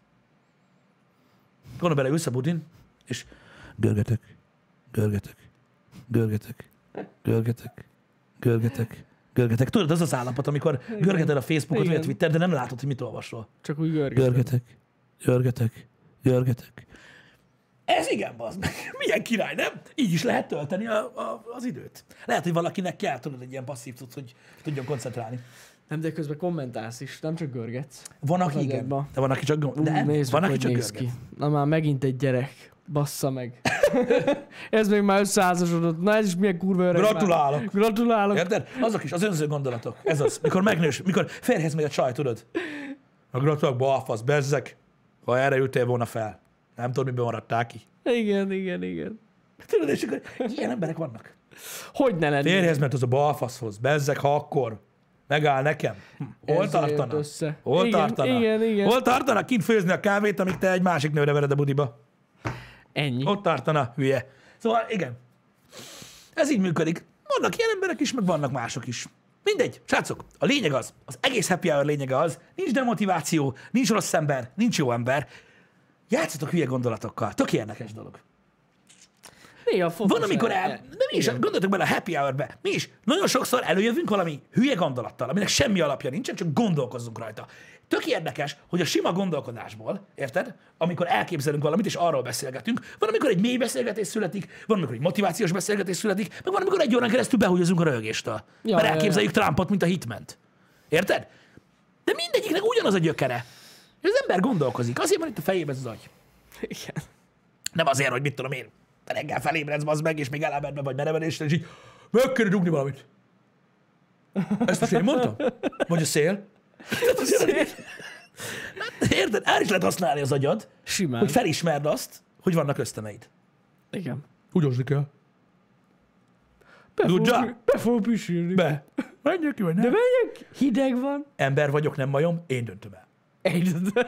Gondolj bele, ülsz a budin, és görgetek, görgetek, görgetek, görgetek, görgetek, görgetek. Tudod, az az állapot, amikor igen. görgeted a Facebookot, vagy a Twitter, de nem látod, hogy mit olvasol. Csak úgy görgetek. Görgetek, görgetek. Görgetek. Ez igen, bazd meg. Milyen király, nem? Így is lehet tölteni a, a, az időt. Lehet, hogy valakinek kell, tudod, egy ilyen passzív tudsz, hogy tudjon koncentrálni. Nem, de közben kommentálsz is, nem csak görgetsz. Van, aki igen, agyadba. De van, aki csak, de nem, nézd, van, aki csak néz görget. Ki. Na már megint egy gyerek. Bassza meg. Ez még már összeházasodott. Na ez is milyen kurva öreg. Gratulálok. Már. Gratulálok. Érted? Azok is, az önző gondolatok. Ez az. Mikor megnős, mikor férjhez megy a csaj, tudod? A gratulálok, balfasz, bezzek. Ha erre ültél volna fel. Nem tudom, miben maradtál ki. Igen, igen, igen. Tudod, és akkor ilyen emberek vannak. Hogy ne lenni? Férjhez ment az a balfaszhoz. Bezzek, ha akkor megáll nekem. Hm. Hol Ezzel tartana? Össze. Hol igen, tartana? Igen, igen. Hol tartana kint főzni a kávét, amíg te egy másik nőre vered a budiba? Ennyi. Ott tartana, hülye. Szóval igen. Ez így működik. Vannak ilyen emberek is, meg vannak mások is. Mindegy, srácok, a lényeg az, az egész happy hour lényege az, nincs demotiváció, nincs rossz ember, nincs jó ember. Játszatok hülye gondolatokkal. Tök érdekes dolog. Néha fontos. Van, amikor el... De mi is, gondoltok bele a happy hour-be. Mi is nagyon sokszor előjövünk valami hülye gondolattal, aminek semmi alapja nincsen, csak gondolkozzunk rajta. Tök érdekes, hogy a sima gondolkodásból, érted? Amikor elképzelünk valamit, és arról beszélgetünk, van, amikor egy mély beszélgetés születik, van, amikor egy motivációs beszélgetés születik, meg van, amikor egy órán keresztül behúgyozunk a röhögéstől. Ja, mert elképzeljük ja, ja. Trumpot, mint a Hitment. Érted? De mindegyiknek ugyanaz a gyökere. Az ember gondolkozik. Azért van itt a fejében az agy. Igen. Nem azért, hogy mit tudom én, te reggel felébredsz, bazd meg, és még elámedve vagy merevedésre, és így meg kell dugni valamit. Ezt most én mondtam? Vagy a szél? A szél. Hát, érted? El is lehet használni az agyad, simán, hogy felismerd azt, hogy vannak ösztöneid. Igen. Húgyozni kell. Be fog, be fog pisülni. Be. Menjek ki, vagy nem? De menjek? Hideg van. Ember vagyok, nem majom, én döntöm el. Én döntöm.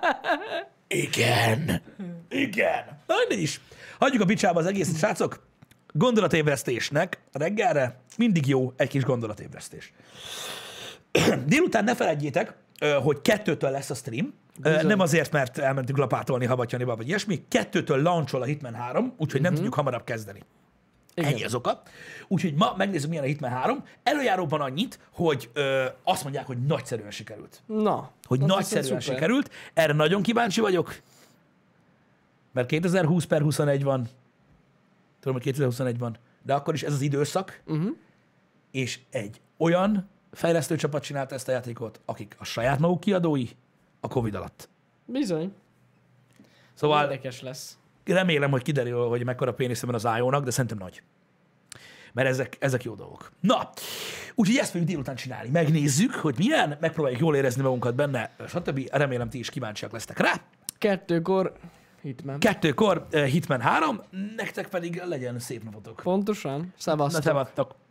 Igen. Igen. Na, mindegy is. Hagyjuk a bicsába az egészet, srácok. Gondolatébresztésnek reggelre mindig jó egy kis gondolatébresztés. Délután ne feledjétek, hogy kettőtől lesz a stream. Bizony. Nem azért, mert elmentünk lapátolni Habatyaniba, vagy ilyesmi. Kettőtől launchol a Hitman három, úgyhogy uh-huh. nem tudjuk hamarabb kezdeni. Igen. Ennyi az oka. Úgyhogy ma megnézzük, milyen a Hitman három. Előjáróban annyit, hogy ö, azt mondják, hogy nagyszerűen sikerült. Na. Hogy az nagyszerűen viszont szuper. sikerült. Erre nagyon kíváncsi vagyok, mert kétezer-húsz per huszonegy van. Tudom, hogy kétezer-huszonegy van, de akkor is ez az időszak, Uh-huh. és egy olyan fejlesztőcsapat csinálta ezt a játékot, akik a saját maguk kiadói a Covid alatt. Bizony. Szóval Érdekes lesz. remélem, hogy kiderül, hogy mekkora pénisze van az I O-nak, de szerintem nagy. Mert ezek, ezek jó dolgok. Na, úgyhogy ezt fogjuk délután csinálni. Megnézzük, hogy milyen, megpróbáljuk jól érezni magunkat benne, stb. Remélem, ti is kíváncsiak lesztek rá. Kettőkor Hitman. Kettőkor uh, Hitman három, nektek pedig legyen szép napotok. Pontosan. Na, Szevasztok. te vadtok.